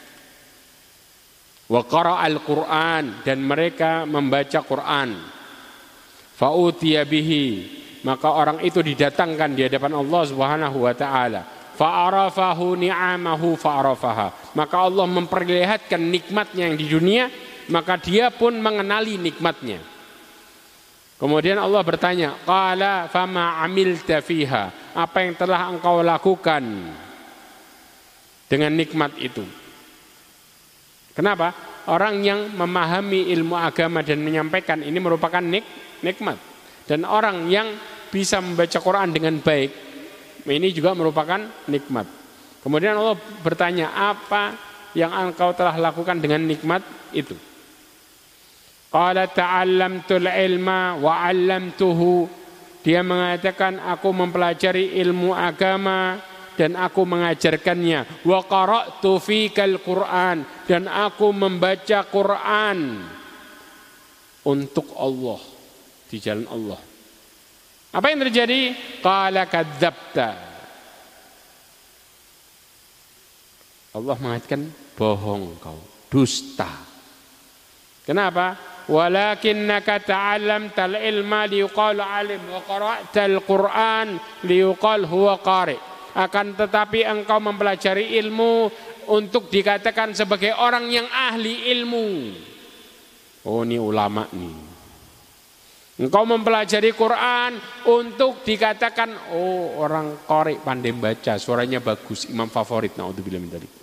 Wa qara'al Qur'an, dan mereka membaca Quran. Fa utiya bihi, maka orang itu didatangkan di hadapan Allah Subhanahu wa taala. Fa arafahu ni'amahu fa arafaha, maka Allah memperlihatkan nikmatnya yang di dunia, maka dia pun mengenali nikmatnya. Kemudian Allah bertanya, qala fama amilta fiha, apa yang telah engkau lakukan dengan nikmat itu? Kenapa? Orang yang memahami ilmu agama dan menyampaikan ini merupakan nikmat. Dan orang yang bisa membaca Quran dengan baik, ini juga merupakan nikmat. Kemudian Allah bertanya, apa yang engkau telah lakukan dengan nikmat itu? Qala ta'allamtul ilma wa 'allamtuhu. Dia mengatakan, aku mempelajari ilmu agama dan aku mengajarkannya. Wa qara'tu fikal Qur'an, dan aku membaca Quran untuk Allah, di jalan Allah. Apa yang terjadi? Qala kadzabta. Allah mengatakan, bohong kau, dusta. Kenapa? Walakinnaka ta'allamtal ilma liyuqal alim wa qara'tal Qur'an liyuqal huwa qari'. Akan tetapi engkau mempelajari ilmu untuk dikatakan sebagai orang yang ahli ilmu. Oh, ini ulama nih. Engkau mempelajari Quran untuk dikatakan, oh, orang qari, pandai baca, suaranya bagus, imam favorit, naudzubillah min dzalik.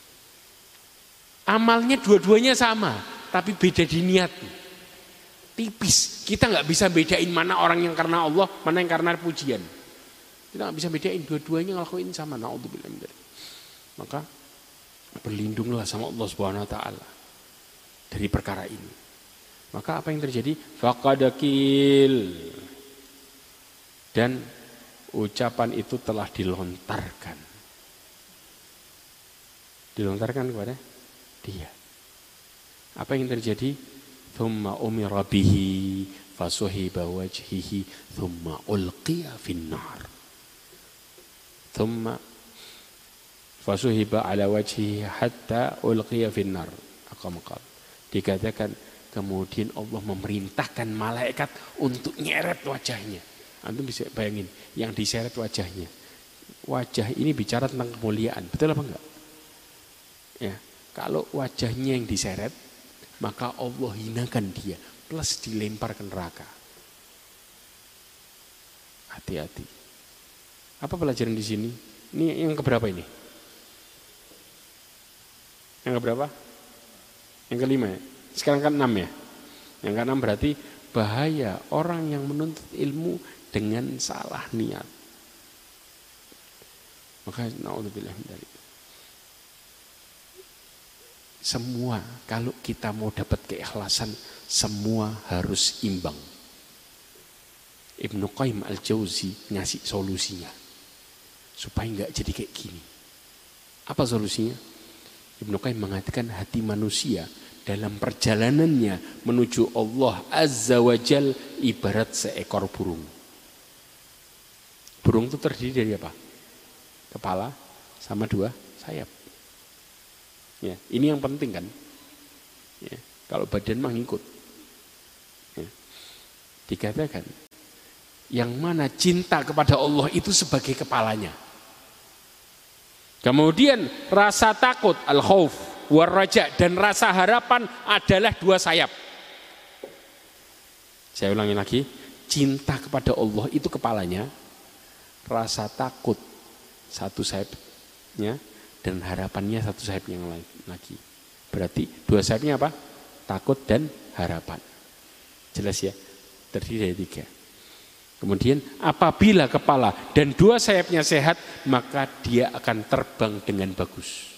Amalnya dua-duanya sama, tapi beda di niat. Tipis. Kita nggak bisa bedain mana orang yang karena Allah, mana yang karena pujian. Kita nggak bisa bedain, dua-duanya ngelakuin sama, naudzubillah min dzalik. Maka berlindunglah sama Allah Subhanahu wa taala dari perkara ini. Maka apa yang terjadi? Faqadakil, dan ucapan itu telah dilontarkan kepada dia. Apa yang terjadi? Thumma umira bihi fasuhiba wajhihi thumma ulqiya finnar. Thumma fasuhiba ala wajhihi hatta ulqiya finnar. Dikatakan kemudian Allah memerintahkan malaikat untuk nyeret wajahnya. Antum bisa bayangin, yang diseret wajahnya. Wajah ini bicara tentang kemuliaan, betul apa enggak? Ya, kalau wajahnya yang diseret, maka Allah hinakan dia, plus dilempar ke neraka. Hati-hati. Apa pelajaran di sini? Ini yang keberapa ini? Yang keberapa? Yang kelima ya? Sekarang kan 6 ya. Yang ke-6 berarti bahaya orang yang menuntut ilmu dengan salah niat. Maka naudzubillah min dzalik. Semua kalau kita mau dapat keikhlasan, semua harus imbang. Ibnu Qayyim Al-Jauzi ngasih solusinya supaya enggak jadi kayak gini. Apa solusinya? Ibnu Qayyim mengatakan hati manusia dalam perjalanannya menuju Allah Azza wa Jal ibarat seekor burung. Burung itu terdiri dari apa? Kepala sama 2 sayap. Ya, ini yang penting kan. Ya, kalau badan mah ngikut. Ya, dikatakan yang mana cinta kepada Allah itu sebagai kepalanya. Kemudian rasa takut, al-khauf, war-raja, dan rasa harapan adalah 2 sayap. Saya ulangi lagi, cinta kepada Allah itu kepalanya, rasa takut 1 sayapnya, dan harapannya 1 sayap yang lagi. Berarti 2 sayapnya apa? Takut dan harapan. Jelas ya? Terdiri dari 3. Kemudian apabila kepala dan 2 sayapnya sehat, maka dia akan terbang dengan bagus.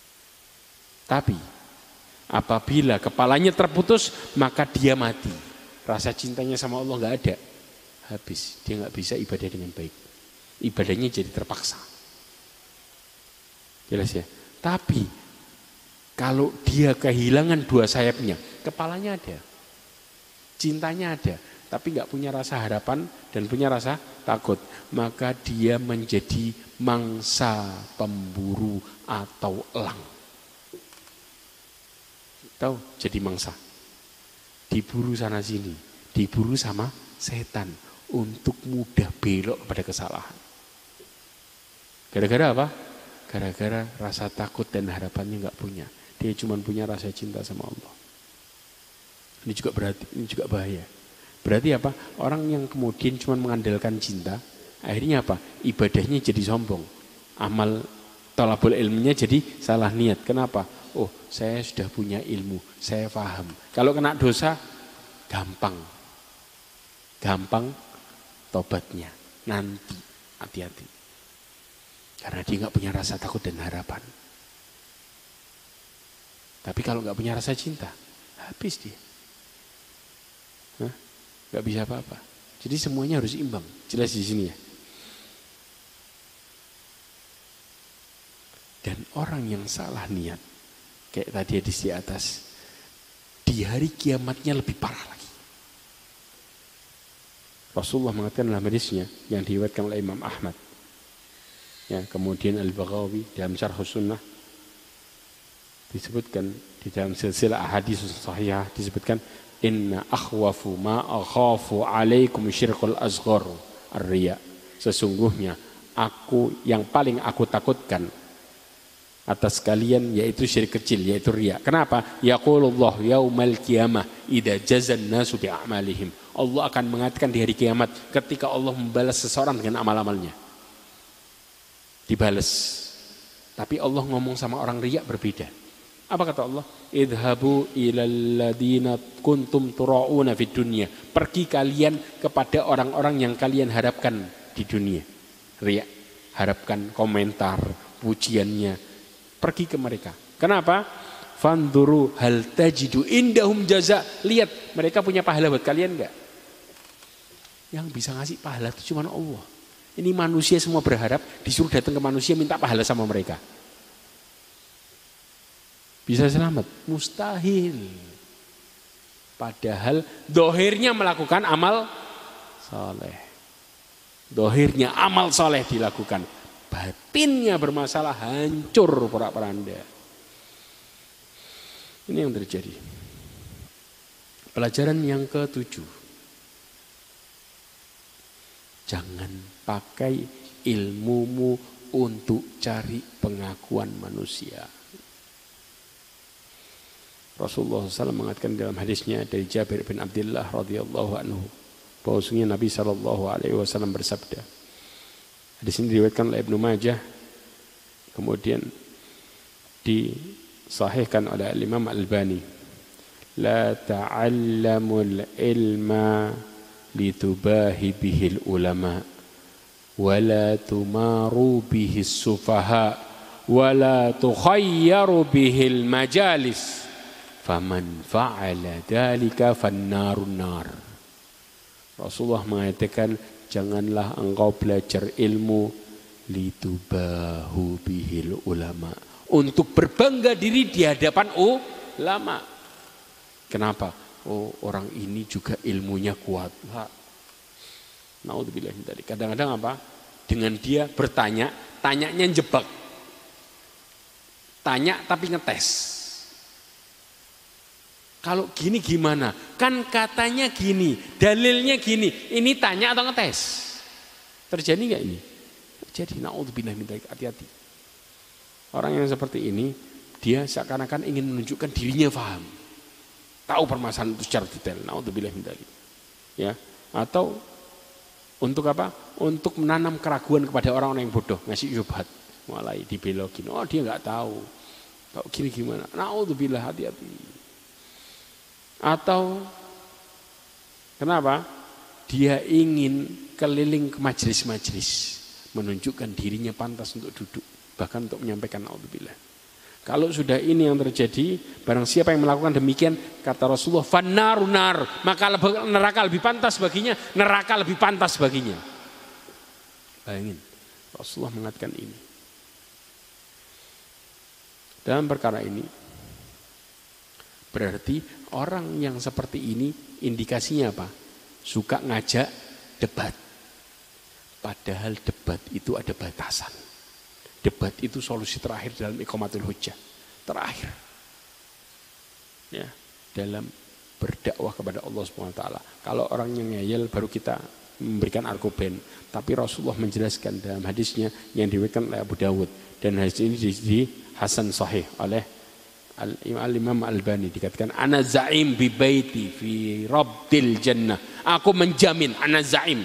Tapi apabila kepalanya terputus, maka dia mati. rasa cintanya sama Allah nggak ada, habis dia nggak bisa ibadah dengan baik. Ibadahnya jadi terpaksa. Jelas ya. Tapi kalau dia kehilangan dua sayapnya, kepalanya ada, cintanya ada, tapi nggak punya rasa harapan dan punya rasa takut, maka dia menjadi mangsa pemburu atau elang. Tahu? Jadi mangsa. Diburu sana sini, diburu sama setan untuk mudah belok kepada kesalahan. Gara-gara apa? Gara-gara rasa takut dan harapannya nggak punya. Dia cuma punya rasa cinta sama Allah. Ini juga bahaya. Berarti apa? Orang yang kemudian cuma mengandalkan cinta, akhirnya apa? Ibadahnya jadi sombong. Amal thalabul ilmunya jadi salah niat. Kenapa? Oh, saya sudah punya ilmu, saya paham. Kalau kena dosa, gampang tobatnya. Nanti, hati-hati. Karena dia nggak punya rasa takut dan harapan. Tapi kalau nggak punya rasa cinta, habis dia. Nggak bisa apa-apa. Jadi semuanya harus imbang. Jelas di sini ya. Dan orang yang salah niat, kayak tadi hadis di atas, di hari kiamatnya lebih parah lagi. Rasulullah mengatakan dalam hadisnya yang diriwayatkan oleh Imam Ahmad, ya, kemudian Al-Baghawi dalam Syarh Sunnah disebutkan di dalam silsilah ahadits sahihah disebutkan inna akhwafu ma akhafu alaikum syirkul asghar ar-riya. Sesungguhnya yang paling aku takutkan atas kalian yaitu syirik kecil, yaitu riya. Kenapa? Yaqulullah yaumal qiyamah idza jazan nasu bi a'malihim. Allah akan mengatakan di hari kiamat ketika Allah membalas seseorang dengan amal-amalnya. Dibalas. Tapi Allah ngomong sama orang riya berbeda. Apa kata Allah? Idhabu ilal ladina kuntum tura'una fid dunya. Pergi kalian kepada orang-orang yang kalian harapkan di dunia. Riya, harapkan komentar, pujiannya. Pergi ke mereka. Kenapa? Fanduru hal tajidu indahum jaza. Lihat, mereka punya pahala buat kalian enggak? Yang bisa ngasih pahala itu cuma Allah. Ini manusia semua berharap disuruh datang ke manusia minta pahala sama mereka. Bisa selamat? Mustahil. Padahal dohirnya melakukan amal soleh. Dohirnya amal soleh dilakukan. Batinnya bermasalah, hancur porak-poranda. Ini yang terjadi. Pelajaran yang ke-7. Jangan pakai ilmumu untuk cari pengakuan manusia. Rasulullah SAW mengatakan dalam hadisnya dari Jabir bin Abdullah radhiyallahu anhu bahwasanya Nabi SAW bersabda. Hadis ini diriwayatkan oleh Ibnu Majah, kemudian disahihkan oleh Imam Al-Albani. La ta'allamul ilma litubahi bihil ulama wa la tumaru bihis sufaha wa la tukhayyaru bihil majalis. Faman fa'ala dalika fannarun nar. Rasulullah mengatakan janganlah engkau belajar ilmu litubahu bihil ulama, untuk berbangga diri di hadapan ulama. Kenapa? Oh, orang ini juga ilmunya kuat. Naudzubillah min dzalik. Kadang-kadang apa? Dengan dia bertanya, tanyanya jebak. Tanya tapi ngetes. Kalau gini gimana? Kan katanya gini, dalilnya gini. Ini tanya atau ngetes? Terjadi nggak ini? Terjadi. Naudzubillah min dzalik. Hati-hati. Orang yang seperti ini, dia seakan-akan ingin menunjukkan dirinya paham. Tahu permasalahan itu secara detail. Naudzubillah min dzalik. Ya, atau untuk apa? Untuk menanam keraguan kepada orang-orang yang bodoh, ngasih syubhat, mulai dibelokin. Oh, dia nggak tahu. Tahu gini gimana? Naudzubillah, hati-hati. Atau kenapa? Dia ingin keliling ke majelis-majelis, menunjukkan dirinya pantas untuk duduk, bahkan untuk menyampaikan naudzubillah. Kalau sudah ini yang terjadi, barang siapa yang melakukan demikian, kata Rasulullah, fannarunar, maka neraka lebih pantas baginya, neraka lebih pantas baginya. Bayangin, Rasulullah mengatakan ini. Dalam perkara ini, berarti orang yang seperti ini indikasinya apa? Suka ngajak debat. Padahal debat itu ada batasan. Debat itu solusi terakhir dalam iqamatul hujjah. Terakhir. Ya, dalam berdakwah kepada Allah SWT. Kalau orang yang ngeyel baru kita memberikan argumen. Tapi Rasulullah menjelaskan dalam hadisnya yang diriwayatkan oleh Abu Dawud. Dan hadis ini di Hasan Sahih oleh Al-Imam Al-Albani. Dikatakan, ana za'im bi baiti fi rabdil jannah. Aku menjamin, ana za'im.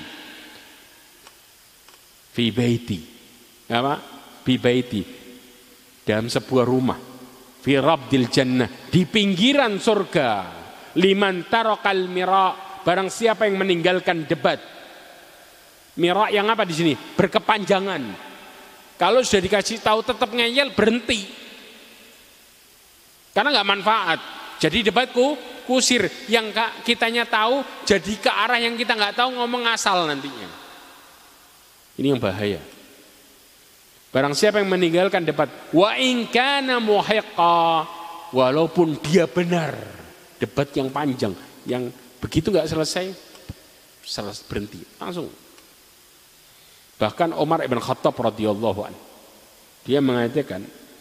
Fi baiti. Apa? Bi baiti. Dalam sebuah rumah. Fi rabdil jannah. Di pinggiran surga. Liman tarakal mira. Barang siapa yang meninggalkan debat. Mira yang apa di sini? Berkepanjangan. Kalau sudah dikasih tahu tetap ngeyel, berhenti. Karena nggak manfaat. Jadi debatku kusir. Yang kitanya tahu jadi ke arah yang kita nggak tahu, ngomong asal nantinya. Ini yang bahaya. Barang siapa yang meninggalkan debat, wa in kana muhiqqa, walaupun dia benar, debat yang panjang, yang begitu nggak selesai berhenti langsung. Bahkan Umar ibn Khattab radhiyallahu anhu, dia mengatakan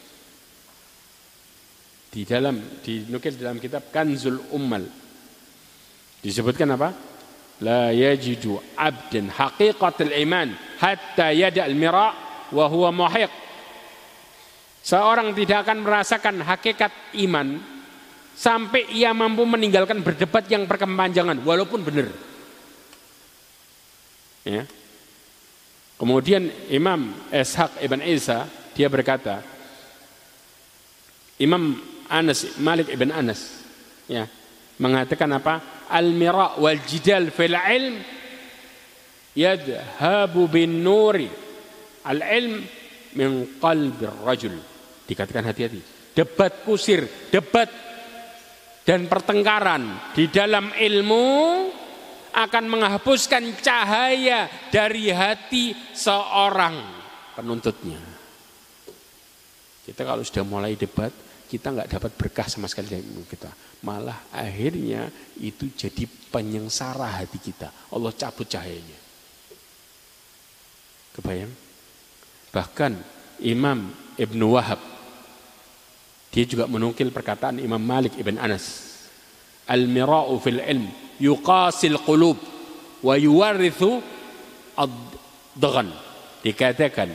dinukil dalam kitab Kanzul Ummal, disebutkan apa? La yajidu abdan haqiqatul iman hatta yada'al mira' wa huwa muhiq. Seorang tidak akan merasakan hakikat iman sampai ia mampu meninggalkan berdebat yang berkepanjangan walaupun benar. Ya. Kemudian Imam Ishaq ibn Isa dia berkata, Imam Malik ibn Anas ya, mengatakan apa? Al-mira' wal jidal fil ilm yadhabu bin nuri al-ilm min qalbir rajul. Dikatakan hati-hati. Debat kusir, debat dan pertengkaran di dalam ilmu akan menghapuskan cahaya dari hati seorang penuntutnya. Kita kalau sudah mulai debat, kita nggak dapat berkah sama sekali dari ilmu kita. Malah akhirnya itu jadi penyengsara hati kita. Allah cabut cahayanya. Kebayang? Bahkan Imam Ibn Wahab dia juga menukil perkataan Imam Malik ibn Anas, al-mira'u fil ilm yuqasil qulub wa yuwarithu ad-daghan. Dikatakan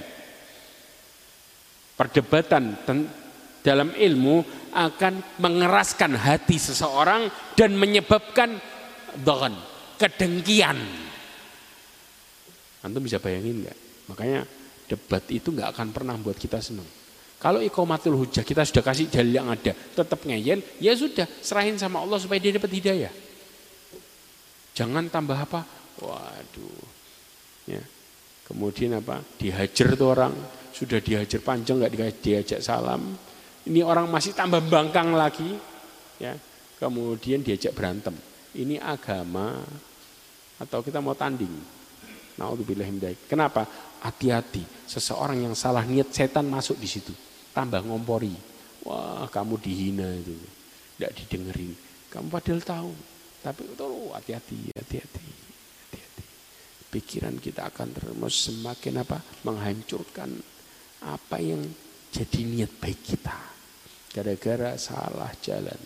perdebatan dalam ilmu akan mengeraskan hati seseorang dan menyebabkan daghan, kedengkian. Antum bisa bayangin enggak? Makanya debat itu nggak akan pernah buat kita senang. Kalau iqamatul hujjah kita sudah kasih dalil yang ada, tetap ngeyel, ya sudah, serahin sama Allah supaya dia dapat hidayah. Jangan tambah apa? Waduh. Ya. Kemudian apa? Dihajar tuh orang, sudah dihajar panjang nggak diajak salam. Ini orang masih tambah bangkang lagi, ya. Kemudian diajak berantem. Ini agama atau kita mau tanding? Naudzubillah min dzalik. Kenapa? Hati-hati, seseorang yang salah niat setan masuk di situ, tambah ngompori. Wah, kamu dihina itu, tidak didengerin. Kamu padahal tahu, tapi hati-hati. Pikiran kita akan terus semakin apa? Menghancurkan apa yang jadi niat baik kita, gara-gara salah jalan.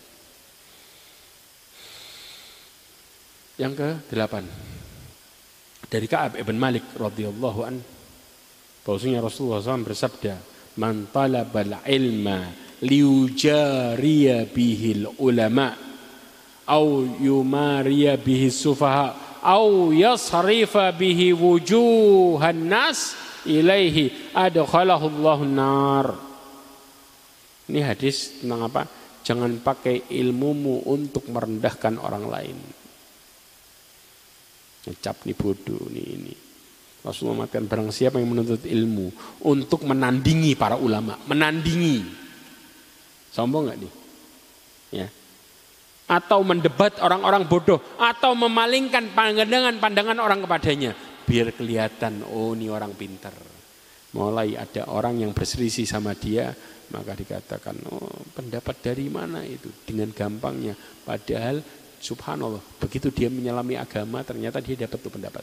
Yang ke-8 dari Ka'ab ibn Malik radhiyallahu an, bahwasanya Rasulullah SAW bersabda, man talabal ilma liujariya bihil ulama au yumariya bihi sufaha au yasrifa bihi wujuhan nas ilaihi adkhalahu Allahun nar. Ini hadis tentang apa? Jangan pakai ilmumu untuk merendahkan orang lain. Ngecap nih bodoh nih ini. Rasulullah mengatakan barang siapa yang menuntut ilmu untuk menandingi para ulama, menandingi. Sombong nggak nih? Ya. Atau mendebat orang-orang bodoh, atau memalingkan pandangan orang kepadanya, biar kelihatan, oh ini orang pintar. Mulai ada orang yang berselisih sama dia, maka dikatakan, oh pendapat dari mana itu? Dengan gampangnya. Padahal subhanallah, begitu dia menyelami agama, ternyata dia dapat tuh pendapat.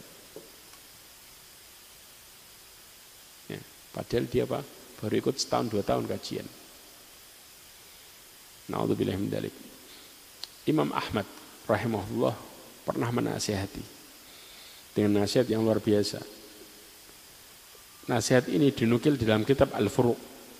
Ya, padahal dia apa? Baru ikut setahun 2 tahun kajian. Na'udzubillah min dzalik. Imam Ahmad rahimahullah pernah menasihati dengan nasihat yang luar biasa. Nasihat ini dinukil di dalam kitab Al-Furu'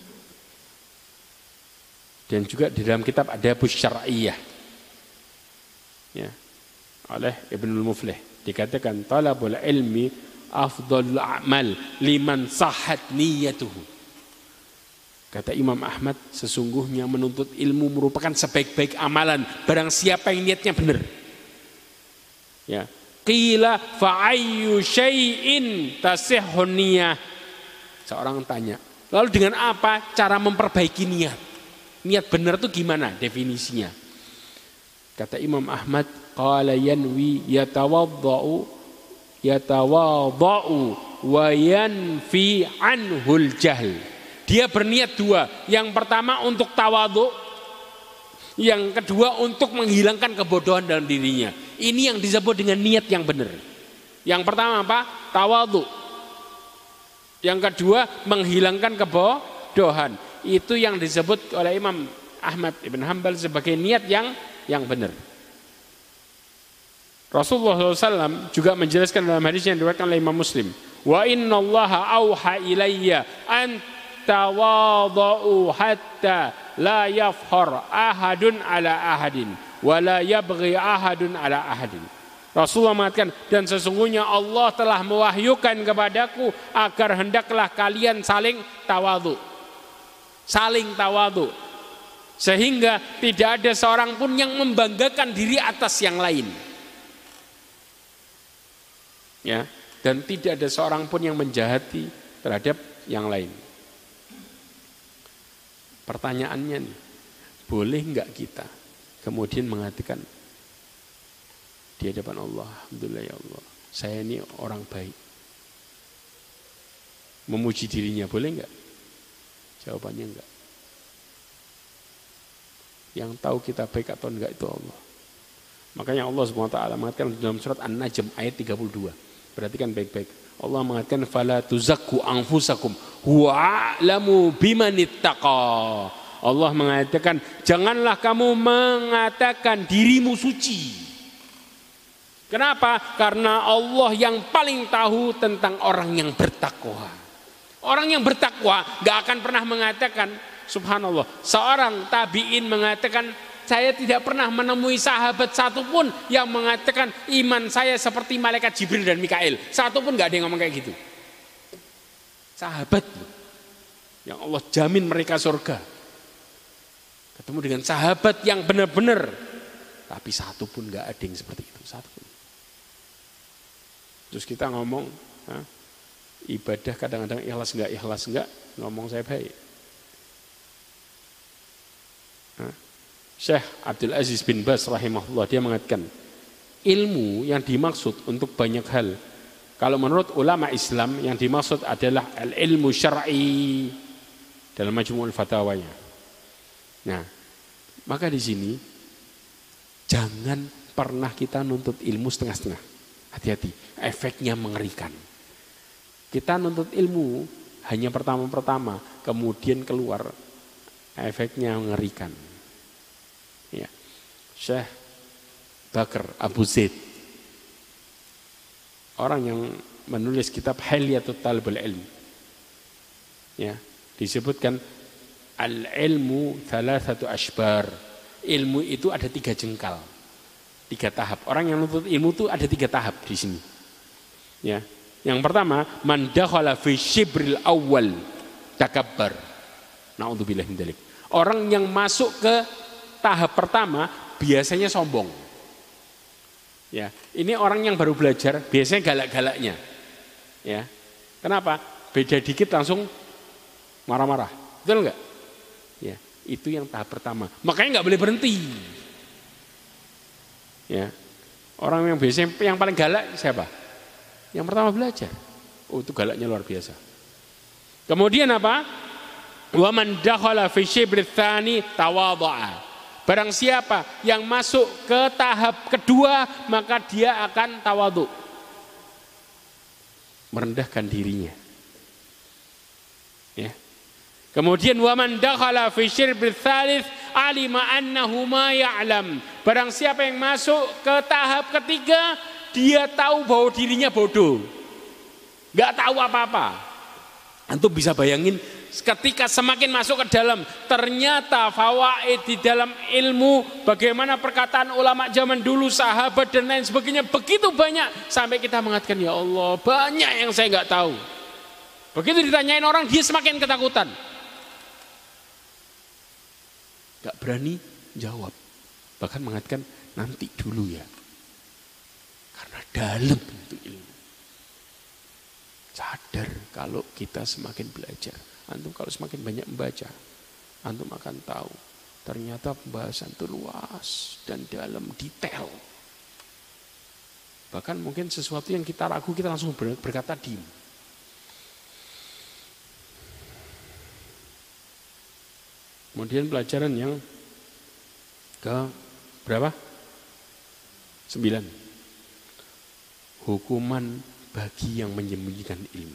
dan juga di dalam kitab Adabus Syar'iyyah, ya, oleh Ibnul Muflih. Dikatakan talabul ilmi afdhalul a'mal liman sahhat niyyatuhu. Kata Imam Ahmad, sesungguhnya menuntut ilmu merupakan sebaik-baik amalan barang siapa yang niatnya benar. Ya. Qila fa ayyu syai'in tasihhun niyah. Seorang tanya, lalu dengan apa cara memperbaiki niat? Niat benar itu gimana definisinya? Kata Imam Ahmad, qala yanwi yatawaddau wa yanfi anhul jahl. Dia berniat 2. Yang pertama untuk tawadhu, yang kedua untuk menghilangkan kebodohan dalam dirinya. Ini yang disebut dengan niat yang benar. Yang pertama apa? Tawadhu. Yang kedua menghilangkan kebodohan. Itu yang disebut oleh Imam Ahmad Ibn Hanbal sebagai niat yang benar. Rasulullah SAW juga menjelaskan dalam hadis yang diriwayatkan oleh Imam Muslim, wa innallaha auha ilayya an tawadhu hatta la yafkhar ahadun ala ahadin wa la yabghi ahadun ala ahadin. Rasulullah mengatakan, dan sesungguhnya Allah telah mewahyukan kepadaku agar hendaklah kalian saling tawadhu. Saling tawadhu. Sehingga tidak ada seorang pun yang membanggakan diri atas yang lain. Ya, dan tidak ada seorang pun yang menjahati terhadap yang lain. Pertanyaannya nih, boleh enggak kita kemudian mengatakan di hadapan Allah, alhamdulillah ya Allah, saya ini orang baik. Memuji dirinya boleh enggak? Jawabannya enggak. Yang tahu kita baik atau enggak itu Allah. Makanya Allah SWT mengatakan dalam surat An-Najm ayat 32. Perhatikan baik-baik. Allah mengatakan fala tuzakku anfusakum huwa a'lamu bimanittaqa. Allah mengatakan janganlah kamu mengatakan dirimu suci. Kenapa? Karena Allah yang paling tahu tentang orang yang bertakwa. Orang yang bertakwa gak akan pernah mengatakan, subhanallah, seorang tabi'in mengatakan, saya tidak pernah menemui sahabat satupun yang mengatakan iman saya seperti malaikat Jibril dan Mikail. Satupun gak ada yang ngomong kayak gitu. Sahabat yang Allah jamin mereka surga. Ketemu dengan sahabat yang benar-benar, tapi satupun gak ada yang seperti itu. Satupun. Terus kita ngomong, ibadah kadang-kadang ikhlas enggak, ngomong saya baik. Syekh Abdul Aziz bin Baz rahimahullah, dia mengatakan ilmu yang dimaksud untuk banyak hal, kalau menurut ulama Islam yang dimaksud adalah al-ilmu syar'i dalam Majmu'ul Fatawanya. Nah, maka di sini jangan pernah kita nuntut ilmu setengah-setengah. Hati-hati, efeknya mengerikan. Kita nuntut ilmu hanya pertama-pertama, kemudian keluar, efeknya mengerikan. Ya. Syekh Bakar Abu Zaid, orang yang menulis kitab Hilyatut Talibul Ilm, ya, disebutkan al-ilmu thalathatu ashbar. Ilmu itu ada 3 jengkal, 3 tahap. Orang yang menuntut ilmu itu ada 3 tahap di sini. Ya. Yang pertama, man dakhala fi syibril awwal takabbar. Na'udzubillah min dzalik. Orang yang masuk ke tahap pertama biasanya sombong. Ya, ini orang yang baru belajar biasanya galak-galaknya. Ya. Kenapa? Beda dikit langsung marah-marah. Betul enggak? Ya. Itu yang tahap pertama. Makanya nggak boleh berhenti. Ya. Orang yang biasanya yang paling galak siapa? Yang pertama belajar. Oh, itu galaknya luar biasa. Kemudian apa? Wa man dakhala fi syibri tsani tawadha'a. Barang siapa yang masuk ke tahap kedua, maka dia akan tawadhu. Merendahkan dirinya. Ya. Kemudian wa man dakhala fi syibri tsalits alima annahu ma ya'lam. Barang siapa yang masuk ke tahap ketiga, dia tahu bahwa dirinya bodoh. Enggak tahu apa-apa. Antum bisa bayangin ketika semakin masuk ke dalam, ternyata fawaid di dalam ilmu, bagaimana perkataan ulama zaman dulu, sahabat dan lain sebagainya begitu banyak sampai kita mengatakan ya Allah banyak yang saya nggak tahu. Begitu ditanyain orang dia semakin ketakutan, nggak berani jawab, bahkan mengatakan nanti dulu ya, karena dalam itu ilmu. Sadar kalau kita semakin belajar. Antum kalau semakin banyak membaca, antum akan tahu ternyata pembahasan itu luas dan dalam detail. Bahkan mungkin sesuatu yang kita ragu kita langsung berkata diam. Kemudian pelajaran yang ke berapa? 9. Hukuman bagi yang menyembunyikan ilmu.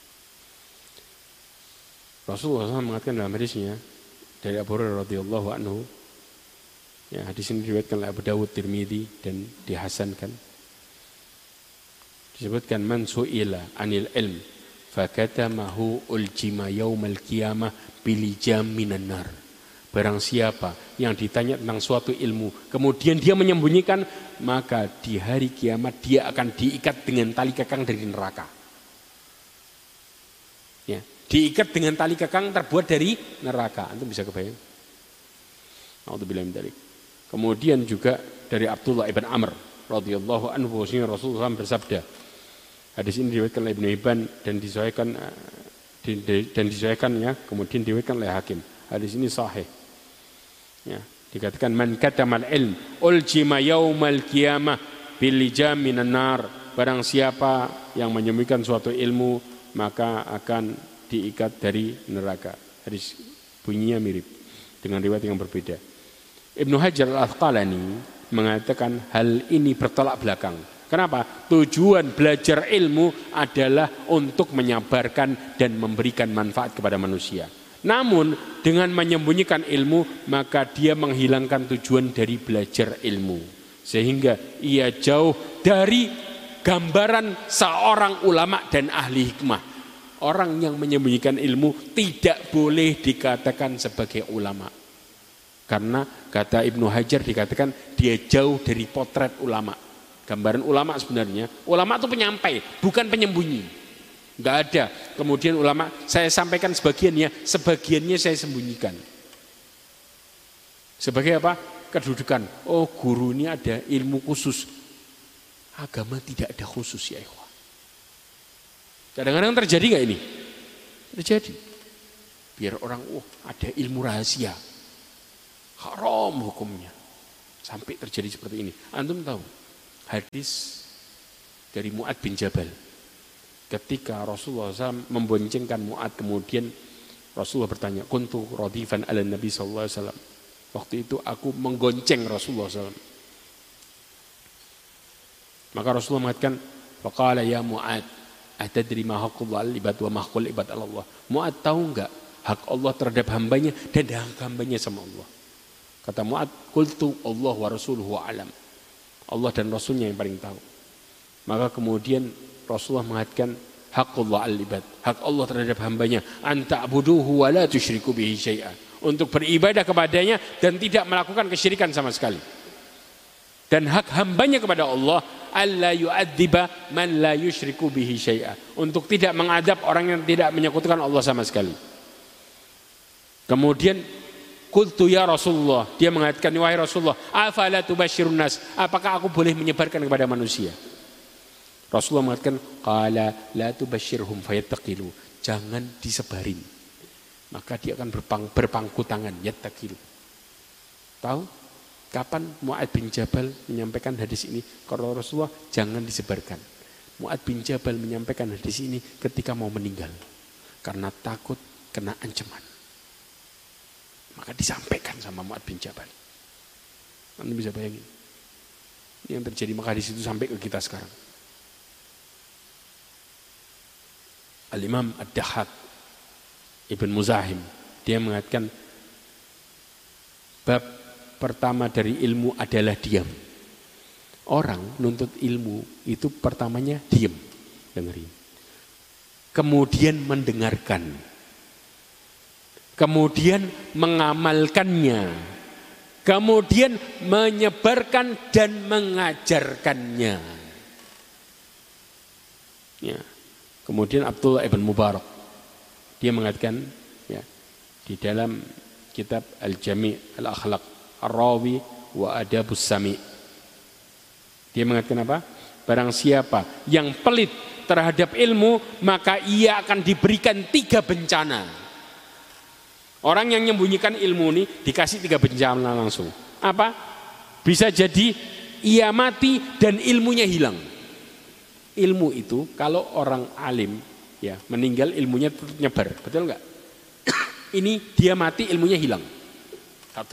Rasulullah SAW mengatakan dalam hadisnya dari Abu Hurairah radhiyallahu anhu, ya, hadis ini diriwayatkan oleh Abu Dawud, Tirmidzi dan dihasankan. Disebutkan man su'ila anil ilm fakatamahu uljima yaumal qiyamah bilijam minan nar. Barang siapa yang ditanya tentang suatu ilmu kemudian dia menyembunyikan, maka di hari kiamat dia akan diikat dengan tali kekang dari neraka. Ya, diikat dengan tali kekang terbuat dari neraka. Antum bisa kebayang? A'udzubillahi min dzalik. Kemudian juga dari Abdullah ibn Amr radhiyallahu anhu, Rasulullah SAW bersabda. Hadis ini diriwayatkan oleh Ibnu Hibban dan disahihkan ya, kemudian diriwayatkan oleh Hakim. Hadis ini sahih. Ya, dikatakan man katamal ilm uljima yaumal qiyamah bilijam minan nar. Barang siapa yang menyembunyikan suatu ilmu maka akan diikat dari neraka. Hadis bunyinya mirip dengan riwayat yang berbeda. Ibnu Hajar Al-Asqalani mengatakan hal ini bertolak belakang. Kenapa? Tujuan belajar ilmu adalah untuk menyabarkan dan memberikan manfaat kepada manusia. Namun dengan menyembunyikan ilmu maka dia menghilangkan tujuan dari belajar ilmu, sehingga ia jauh dari gambaran seorang ulama dan ahli hikmah. Orang yang menyembunyikan ilmu tidak boleh dikatakan sebagai ulama, karena kata Ibnu Hajar dikatakan dia jauh dari potret ulama. Gambaran ulama sebenarnya, ulama itu penyampai, bukan penyembunyi. Enggak ada. Kemudian ulama saya sampaikan sebagiannya, sebagiannya saya sembunyikan. Sebagai apa? Kedudukan. Oh, guru ini ada ilmu khusus. Agama tidak ada khusus ya ikhwah. Kadang-kadang terjadi enggak ini? Terjadi. Biar orang ada ilmu rahasia. Haram hukumnya. Sampai terjadi seperti ini. Antum tahu hadis dari Mu'ad bin Jabal. Ketika Rasulullah SAW memboncengkan Mu'ad, kemudian Rasulullah bertanya, kuntu radifan ala Nabi sallallahu alaihi wasallam. Waktu itu aku menggonceng Rasulullah SAW. Maka Rasulullah mengatakan, faqala ya Mu'ad, atadri ma haqqullah al-ibad wa ma haqqul ibad ala Allah. Mu'ad tahu enggak hak Allah terhadap hambanya dan hak hambanya sama Allah? Kata Mu'ad, qultu Allah wa rasuluhu alam. Allah dan Rasulnya yang paling tahu. Maka kemudian Rasulullah mengatakan haqqullah al-ibad, hak Allah terhadap hambanya, anta abuduhu wa la tusyriku bihi syai'a, untuk beribadah kepadanya dan tidak melakukan kesyirikan sama sekali. Dan hak hambanya kepada Allah, alla yu'adziba man la yusyriku bihi syai'a, untuk tidak mengadab orang yang tidak menyekutukan Allah sama sekali. Kemudian qultu ya Rasulullah, dia mengatakan wahai Rasulullah, afala tubasyirun nas, apakah aku boleh menyebarkan kepada manusia? Rasulullah mengatakan qala la tubasyirhum fayattaqilu, jangan disebarin. maka dia akan berpangku tangan, yattakilu. Tahu kapan Mu'adz bin Jabal menyampaikan hadis ini? Kalau Rasulullah jangan disebarkan. Mu'adz bin Jabal menyampaikan hadis ini ketika mau meninggal karena takut kena ancaman. Maka disampaikan sama Mu'adz bin Jabal. Anda bisa bayangin yang terjadi, maka hadis itu sampai ke kita sekarang. Al-Imam Ad-Dahhak Ibn Muzahim dia mengatakan bab pertama dari ilmu adalah diam. Orang nuntut ilmu itu pertamanya diam, dengerin. Kemudian mendengarkan. Kemudian mengamalkannya. Kemudian menyebarkan dan mengajarkannya. Ya. Kemudian Abdullah ibn Mubarak dia mengatakan ya, di dalam kitab Al-Jami' Al-Akhlaq Ar-Rawi wa Adabus Sami' dia mengatakan apa? Barang siapa yang pelit terhadap ilmu, maka ia akan diberikan 3 bencana. Orang yang menyembunyikan ilmu ini dikasih 3 bencana langsung. Apa? Bisa jadi ia mati dan ilmunya hilang. Ilmu itu kalau orang alim ya meninggal ilmunya tetap nyebar, betul nggak? Ini dia mati ilmunya hilang. 1.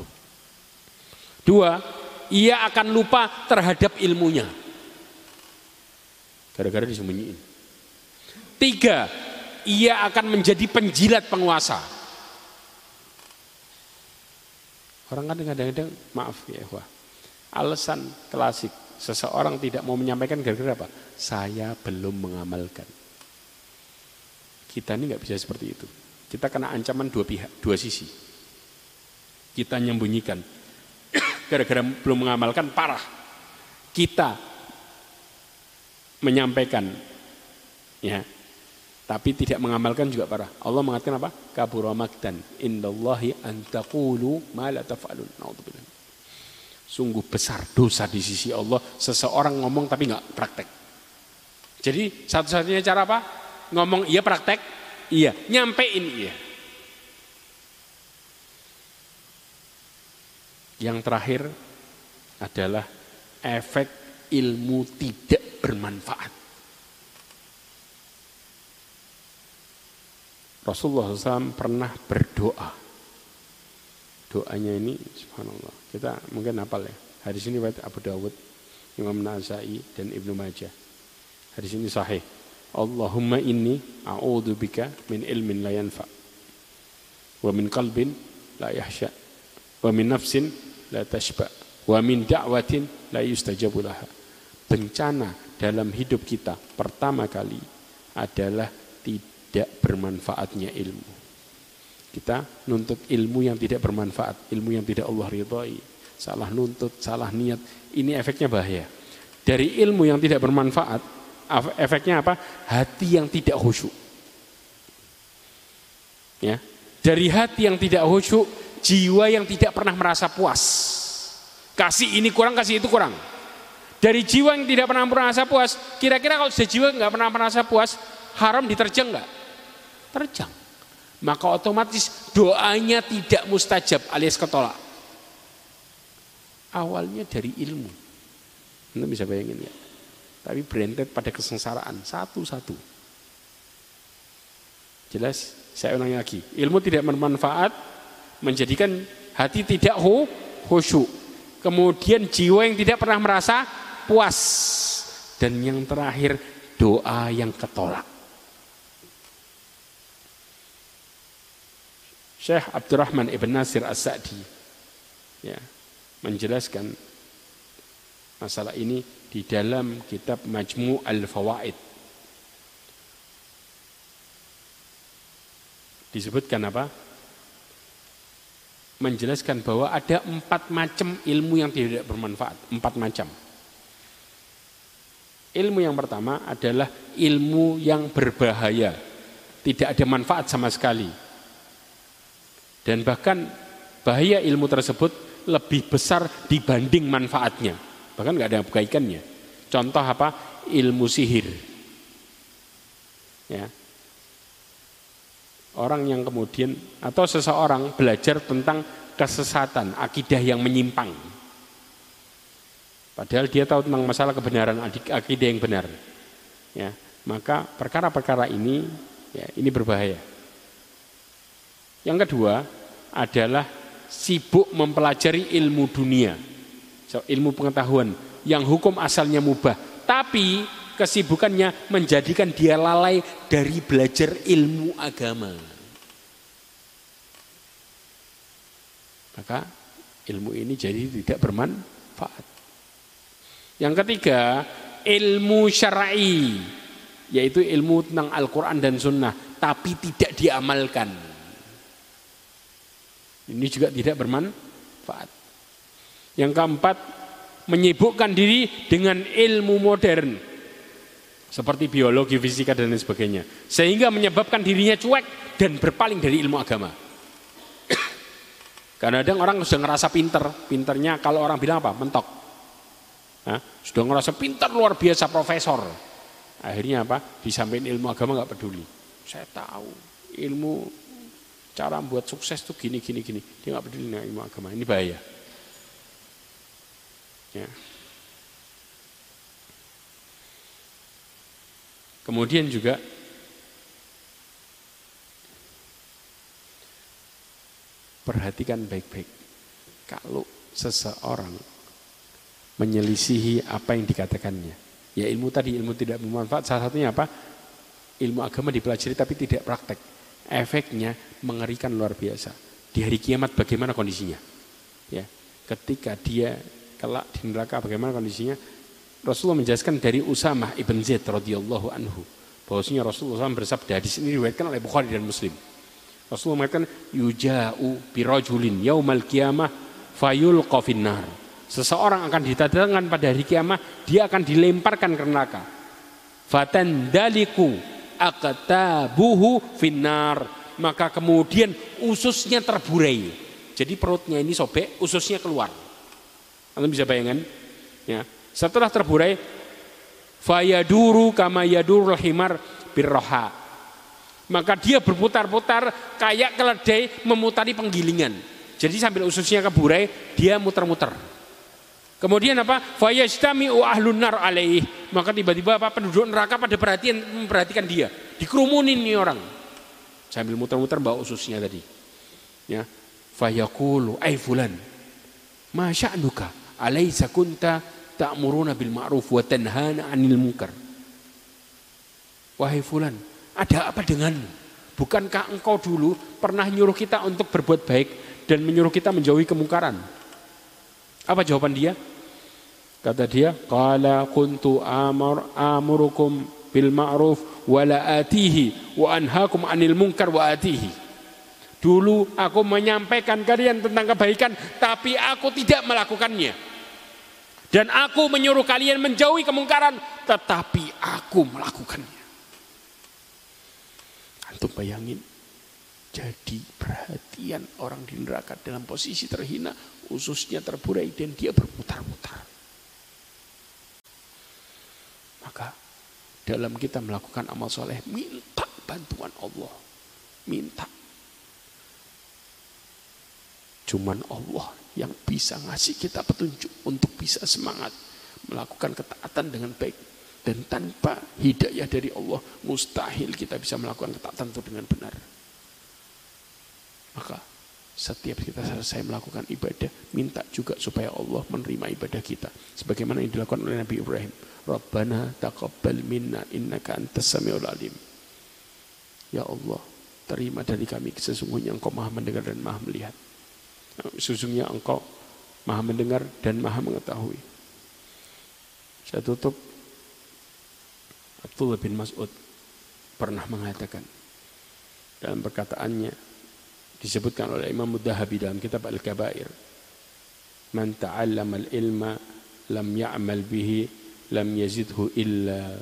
2, ia akan lupa terhadap ilmunya. Gara-gara disembunyiin. 3, ia akan menjadi penjilat penguasa. Orang kan kadang-kadang maaf ya, wah, alasan klasik seseorang tidak mau menyampaikan gara-gara apa? Saya belum mengamalkan. Kita ini nggak bisa seperti itu. Kita kena ancaman 2 pihak, 2 sisi. Kita menyembunyikan gara-gara belum mengamalkan parah. Kita menyampaikan ya, tapi tidak mengamalkan juga parah. Allah mengatakan apa? Kabura maqtan indallahi an taqulu ma la taf'alun. Naudzubillah. Sungguh besar dosa di sisi Allah seseorang ngomong tapi nggak praktek. Jadi satu-satunya cara apa? Ngomong iya, praktek iya, nyampein iya. Yang terakhir adalah efek ilmu tidak bermanfaat. Rasulullah SAW pernah berdoa. Doanya ini subhanallah, kita mungkin hafal ya. Hadis ini riwayat Abu Dawud, Imam Nasa'i dan Ibnu Majah. Hadis ini sahih. Allahumma inni a'udzubika min ilmin la yanfa wa min qalbin la yahsha wa min nafsin la tashba wa min da'watin la yustajabu laha. Bencana dalam hidup kita pertama kali adalah tidak bermanfaatnya ilmu. Kita nuntut ilmu yang tidak bermanfaat, ilmu yang tidak Allah ridhai, salah nuntut, salah niat, ini efeknya bahaya. Dari ilmu yang tidak bermanfaat, efeknya apa? Hati yang tidak khusyuk. Ya, dari hati yang tidak khusyuk, jiwa yang tidak pernah merasa puas. Kasih ini kurang, kasih itu kurang. Dari jiwa yang tidak pernah merasa puas, kira-kira kalau sudah jiwa nggak pernah merasa puas, haram diterjang nggak? Terjang. Maka otomatis doanya tidak mustajab alias ketolak. Awalnya dari ilmu. Anda bisa bayangin ya. Tapi berentet pada kesengsaraan satu-satu. Jelas? Saya ulangi lagi. Ilmu tidak bermanfaat, menjadikan hati tidak khusyuk. Kemudian jiwa yang tidak pernah merasa puas. Dan yang terakhir doa yang ketolak. Syekh Abdurrahman Ibn Nasir As-Sa'di ya, menjelaskan masalah ini di dalam kitab Majmu' Al-Fawaid. Disebutkan apa? Menjelaskan bahwa ada 4 macam ilmu yang tidak bermanfaat. 4 macam. Ilmu yang pertama adalah ilmu yang berbahaya, tidak ada manfaat sama sekali. Dan bahkan bahaya ilmu tersebut lebih besar dibanding manfaatnya. Bahkan nggak ada kebaikannya. Contoh apa? Ilmu sihir. Ya. Orang yang kemudian atau seseorang belajar tentang kesesatan, akidah yang menyimpang. Padahal dia tahu tentang masalah kebenaran akidah yang benar. Ya, maka perkara-perkara ini ya, ini berbahaya. Yang kedua adalah sibuk mempelajari ilmu dunia, ilmu pengetahuan yang hukum asalnya mubah, tapi kesibukannya menjadikan dia lalai dari belajar ilmu agama. Maka ilmu ini jadi tidak bermanfaat. Yang ketiga, ilmu syar'i, yaitu ilmu tentang Al-Quran dan Sunnah, tapi tidak diamalkan. Ini juga tidak bermanfaat. Yang keempat, menyibukkan diri dengan ilmu modern seperti biologi, fisika dan lain sebagainya, sehingga menyebabkan dirinya cuek dan berpaling dari ilmu agama. Kadang-kadang orang sudah ngerasa pinternya kalau orang bilang apa? Mentok. Sudah ngerasa pintar luar biasa, profesor. Akhirnya apa? Disampaikan ilmu agama nggak peduli. Saya tahu ilmu cara buat sukses tuh gini. Dia nggak peduli dengan ilmu agama. Ini bahaya. Ya. Kemudian juga perhatikan baik-baik. Kalau seseorang menyelisihi apa yang dikatakannya, ya ilmu tadi, ilmu tidak bermanfaat, salah satunya apa? Ilmu agama dipelajari tapi tidak praktek. Efeknya mengerikan luar biasa. Di hari kiamat bagaimana kondisinya? Ya, ketika dia kelak di neraka bagaimana kondisinya? Rasulullah menjelaskan dari Usamah ibn Zaid radhiyallahu anhu bahwasanya Rasulullah SAW bersabda, hadis ini diriwayatkan oleh Bukhari dan Muslim. Rasulullah mengatakan yuja'u birajulin yaumal qiyamah fayulqa finnar. Seseorang akan didatangkan pada hari kiamat, dia akan dilemparkan ke neraka. Fatandaliku aqtabuhu finnar, maka kemudian ususnya terburai. Jadi perutnya ini sobek, ususnya keluar. Anda bisa bayangkan? Ya. Setelah terburai, fayaduru kama yadurul himar birroha, maka dia berputar-putar kayak keledai memutari penggilingan. Jadi sambil ususnya keburai, dia muter-muter. Kemudian apa? Fayajtami'u ahlun nar alaih, maka tiba-tiba apa? Penduduk neraka pada memperhatikan dia, dikerumunin nih orang sambil muter-muter bawa ususnya tadi. Ya, fayaqulu ay fulan ma sya'nuka alaysa kunta ta'muruna bil ma'ruf wa tanhana 'anil munkar. Wahai fulan, ada apa denganmu? Bukankah engkau dulu pernah nyuruh kita untuk berbuat baik dan menyuruh kita menjauhi kemungkaran? Apa jawaban dia? Kata dia, qala kuntu amurukum bil ma'ruf wa la atihi wa anhaakum 'anil munkar wa atihi. Dulu aku menyampaikan kalian tentang kebaikan tapi aku tidak melakukannya. Dan aku menyuruh kalian menjauhi kemungkaran, tetapi aku melakukannya. Antum bayangin, jadi perhatian orang di neraka dalam posisi terhina, ususnya terburai dan dia berputar-putar. Maka dalam kita melakukan amal soleh, minta bantuan Allah, minta. Cuman Allah yang bisa ngasih kita petunjuk untuk bisa semangat melakukan ketaatan dengan baik. Dan tanpa hidayah dari Allah, mustahil kita bisa melakukan ketaatan itu dengan benar. Maka setiap kita selesai melakukan ibadah, minta juga supaya Allah menerima ibadah kita. Sebagaimana yang dilakukan oleh Nabi Ibrahim. Rabbana taqabbal minna innaka antas samiul alim. Ya Allah, terima dari kami, sesungguhnya Engkau Maha mendengar dan Maha melihat. Sesungguhnya Engkau Maha mendengar dan Maha mengetahui. Saya tutup. Abdullah bin Mas'ud pernah mengatakan dalam perkataannya, disebutkan oleh Imam Mudzahabi dalam kitab Al-Kabair, man ta'allama al-ilma lam ya'mal bihi lam yazidhu illa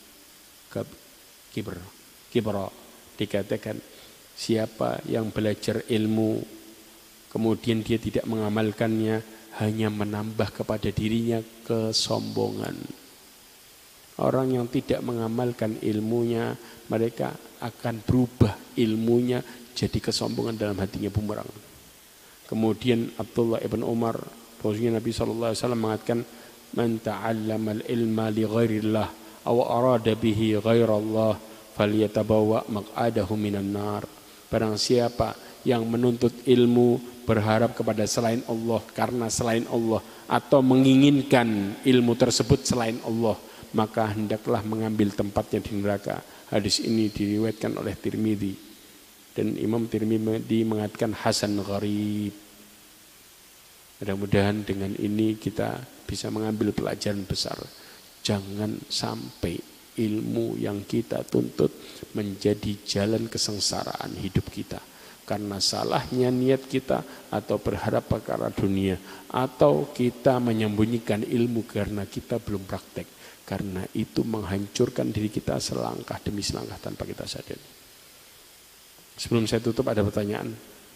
kibra. Dikatakan siapa yang belajar ilmu kemudian dia tidak mengamalkannya, hanya menambah kepada dirinya kesombongan. Orang yang tidak mengamalkan ilmunya, mereka akan berubah ilmunya jadi kesombongan dalam hatinya bumerang. Kemudian Abdullah ibn Umar, bahwasanya Nabi SAW mengatakan, man ta'allama al-ilma li ghairillah aw arada bihi ghairallah falyatabawwa maq'adahu minan nar. Barang siapa yang menuntut ilmu berharap kepada selain Allah karena selain Allah atau menginginkan ilmu tersebut selain Allah, maka hendaklah mengambil tempatnya di neraka. Hadis ini diriwayatkan oleh Tirmidzi dan Imam Tirmidzi mengatakan hasan gharib. Mudah-mudahan dengan ini kita bisa mengambil pelajaran besar. Jangan sampai ilmu yang kita tuntut menjadi jalan kesengsaraan hidup kita. Karena salahnya niat kita atau berharap perkara dunia. Atau kita menyembunyikan ilmu karena kita belum praktek. Karena itu menghancurkan diri kita selangkah demi selangkah tanpa kita sadari. Sebelum saya tutup ada pertanyaan.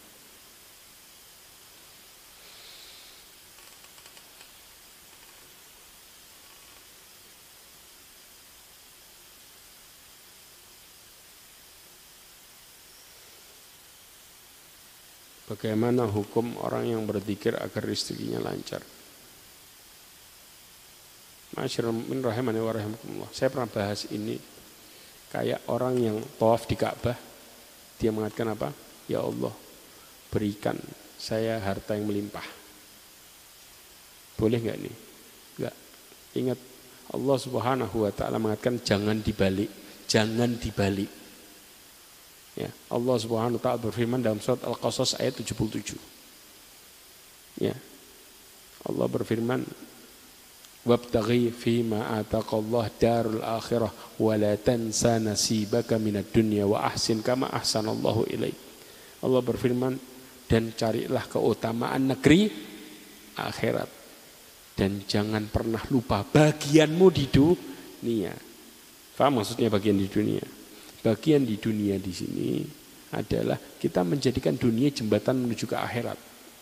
Bagaimana hukum orang yang berzikir agar rezekinya lancar? Masyaallah rahimani wa rahimakumullah. Saya pernah bahas ini kayak orang yang tawaf di Ka'bah. Dia mengatakan apa? Ya Allah, berikan saya harta yang melimpah. Boleh enggak ini? Enggak. Ingat Allah Subhanahu wa taala mengatakan jangan dibalik, jangan dibalik. Ya, Allah Subhanahu wa taala berfirman dalam surat Al-Qasas ayat 77. Ya. Allah berfirman, "Wabtaghi fima ataqallahu darul akhirah wa la tansa nasibaka minad dunya wa ahsin kama ahsanallahu ilaik." Allah berfirman, dan carilah keutamaan negeri akhirat dan jangan pernah lupa bagianmu di dunia. Paham maksudnya bagian di dunia? Bagian di dunia di sini adalah kita menjadikan dunia jembatan menuju ke akhirat.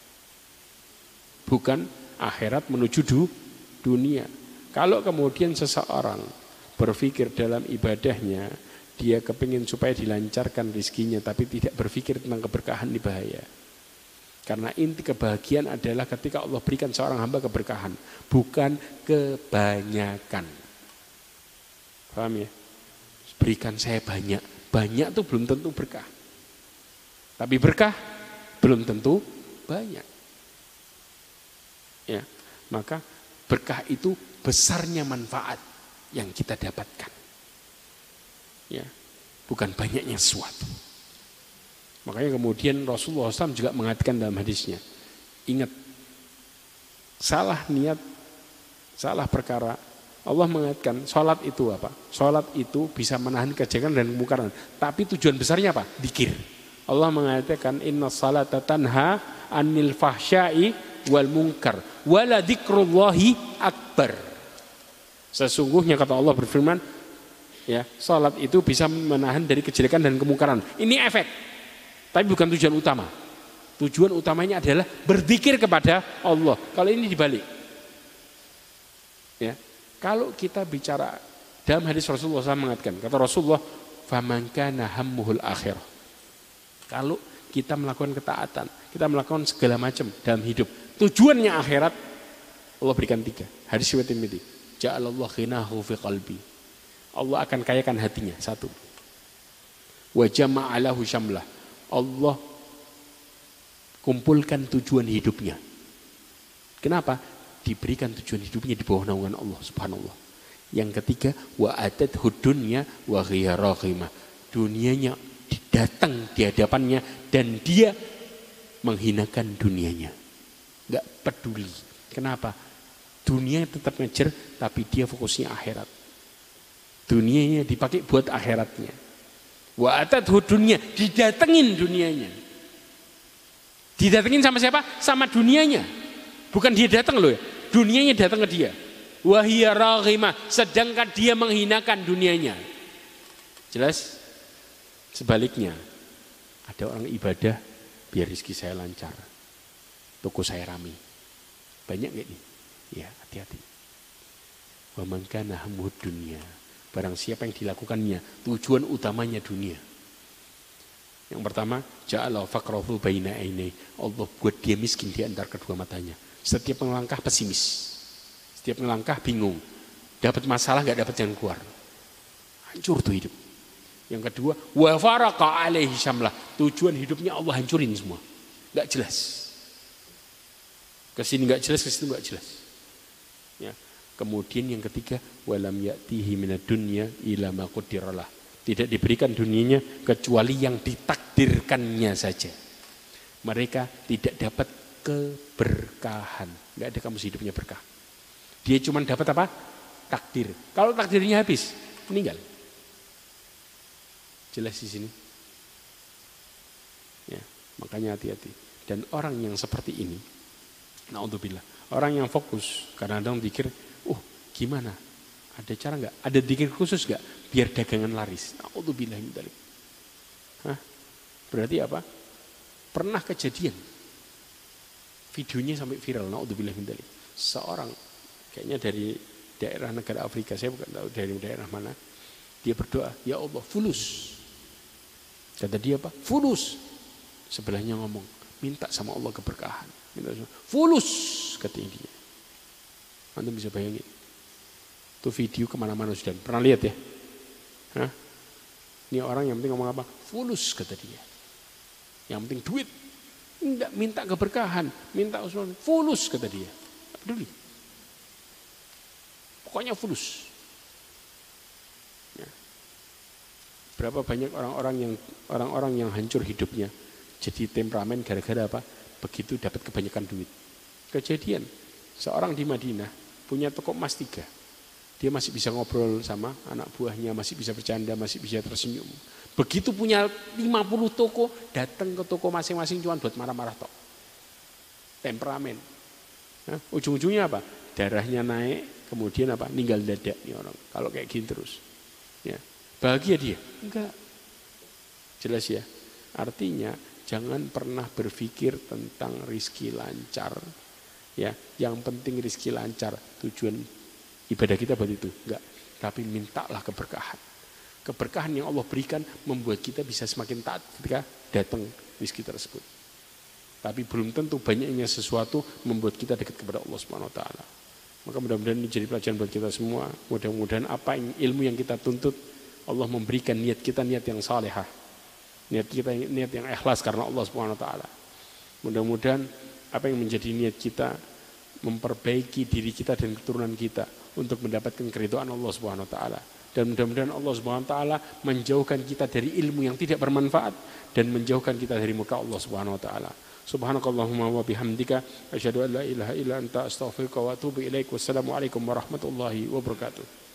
Bukan akhirat menuju dunia. Kalau kemudian seseorang berpikir dalam ibadahnya, dia kepingin supaya dilancarkan rezekinya, tapi tidak berpikir tentang keberkahan, ini bahaya. Karena inti kebahagiaan adalah ketika Allah berikan seorang hamba keberkahan, bukan kebanyakan. Paham ya? Berikan saya banyak. Banyak itu belum tentu berkah. Tapi berkah belum tentu banyak. Ya, maka berkah itu besarnya manfaat yang kita dapatkan. Ya, bukan banyaknya sesuatu. Makanya kemudian Rasulullah SAW juga mengatakan dalam hadisnya, ingat, salah niat, salah perkara. Allah mengatakan sholat itu apa? Sholat itu bisa menahan kejelekan dan kemungkaran. Tapi tujuan besarnya apa? Dzikir. Allah mengatakan inna salata tanha anil fahsya'i wal munkar wala dzikrullahi akbar. Sesungguhnya kata Allah berfirman, ya, sholat itu bisa menahan dari kejelekan dan kemungkaran. Ini efek. Tapi bukan tujuan utama. Tujuan utamanya adalah berzikir kepada Allah. Kalau ini dibalik. Ya. Kalau kita bicara dalam hadis Rasulullah SAW mengatakan, kata Rasulullah, faman kana hammuhul akhirah. Kalau kita melakukan ketaatan, kita melakukan segala macam dalam hidup, tujuannya akhirat, Allah berikan 3. Hadis riwayat Tirmidzi. Ja'alallahu ghinahu fi qalbi. Allah akan kayakan hatinya. 1. Wa jama'alahu syamlah. Allah kumpulkan tujuan hidupnya. Kenapa? Diberikan tujuan hidupnya di bawah naungan Allah subhanallah. Yang ketiga, wa atat hudunya wa ghiyarahimah. Dunianya datang di hadapannya dan dia menghinakan dunianya. Enggak peduli. Kenapa? Dunia tetap ngejar tapi dia fokusnya akhirat. Dunianya dipakai buat akhiratnya. Wa atat hudunya, didatengin dunianya. Didatengin sama siapa? Sama dunianya. Bukan dia datang loh ya. Dunianya datang ke dia. Wahia raghimah, sedangkan dia menghinakan dunianya. Jelas? Sebaliknya, ada orang ibadah biar rezeki saya lancar, toko saya rame. Banyak nggak nih? Ya, hati-hati. Wa man kana hammuh dunya. Barang siapa yang dilakukannya tujuan utamanya dunia. Yang pertama, ja'ala faqrahu baina ainai. Allah buat dia miskin di antara kedua matanya. Setiap melangkah pesimis. Setiap melangkah bingung. Dapat masalah enggak dapat jalan keluar. Hancur tuh hidup. Yang kedua, wa faraqa alaihi syamlah. Tujuan hidupnya Allah hancurin semua. Enggak jelas. Ke sini enggak jelas, ke situ enggak jelas. Ya. Kemudian yang ketiga, walam ya'tihi minad dunya ila ma qaddaralah. Tidak diberikan dunianya kecuali yang ditakdirkannya saja. Mereka tidak dapat keberkahan. Enggak ada kamus hidupnya berkah. Dia cuma dapat apa? Takdir. Kalau takdirnya habis, meninggal. Jelas di sini. Ya, makanya hati-hati. Dan orang yang seperti ini, naudzubillah, orang yang fokus, kadang-kadang pikir, gimana? Ada cara nggak? Ada dikir khusus nggak? Biar dagangan laris. Naudzubillah min dzalik. Berarti apa? Pernah kejadian. Videonya sampai viral. Naudzubillah min dzalik. Seorang kayaknya dari daerah negara Afrika, saya bukan tahu dari daerah mana. Dia berdoa, ya Allah, fulus. Kata dia apa? Fulus. Sebelahnya ngomong, minta sama Allah keberkahan. Minta sama fulus, katanya dia. Anda bisa bayangin. Itu video kemana-mana sudah. Pernah lihat ya? Ini orang yang penting ngomong apa? Fulus, kata dia. Yang penting duit. Enggak minta keberkahan. Minta usul. Fulus, kata dia. Tidak peduli. Pokoknya fulus. Ya. Berapa banyak orang-orang yang hancur hidupnya. Jadi temperamen gara-gara apa? Begitu dapat kebanyakan duit. Kejadian. Seorang di Madinah punya toko emas 3. Dia masih bisa ngobrol sama anak buahnya, masih bisa bercanda, masih bisa tersenyum. Begitu punya 50 toko, datang ke toko masing-masing cuma buat marah-marah tok. Temperamen. Ujung-ujungnya apa? Darahnya naik, kemudian apa? Ninggal dadak nih orang. Kalau kayak gini terus. Ya. Bahagia dia? Enggak. Jelas ya? Artinya jangan pernah berpikir tentang rizki lancar. Ya, yang penting rizki lancar. Tujuan ibadah kita buat itu, enggak. Tapi mintalah keberkahan. Keberkahan yang Allah berikan membuat kita bisa semakin taat ketika datang rezeki tersebut. Tapi belum tentu banyaknya sesuatu membuat kita dekat kepada Allah Subhanahu wa taala. Maka mudah-mudahan ini jadi pelajaran buat kita semua. Mudah-mudahan apa ilmu yang kita tuntut, Allah memberikan niat kita niat yang salehah. Niat kita niat yang ikhlas karena Allah Subhanahu wa taala. Mudah-mudahan apa yang menjadi niat kita memperbaiki diri kita dan keturunan kita untuk mendapatkan keridhaan Allah Subhanahu wa taala. Dan mudah-mudahan Allah Subhanahu wa taala menjauhkan kita dari ilmu yang tidak bermanfaat dan menjauhkan kita dari muka Allah Subhanahu wa taala. Subhanakallahumma wa bihamdika asyhadu an la ilaha illa anta astaghfiruka wa atubu ilaik. Wassalamualaikum warahmatullahi wabarakatuh.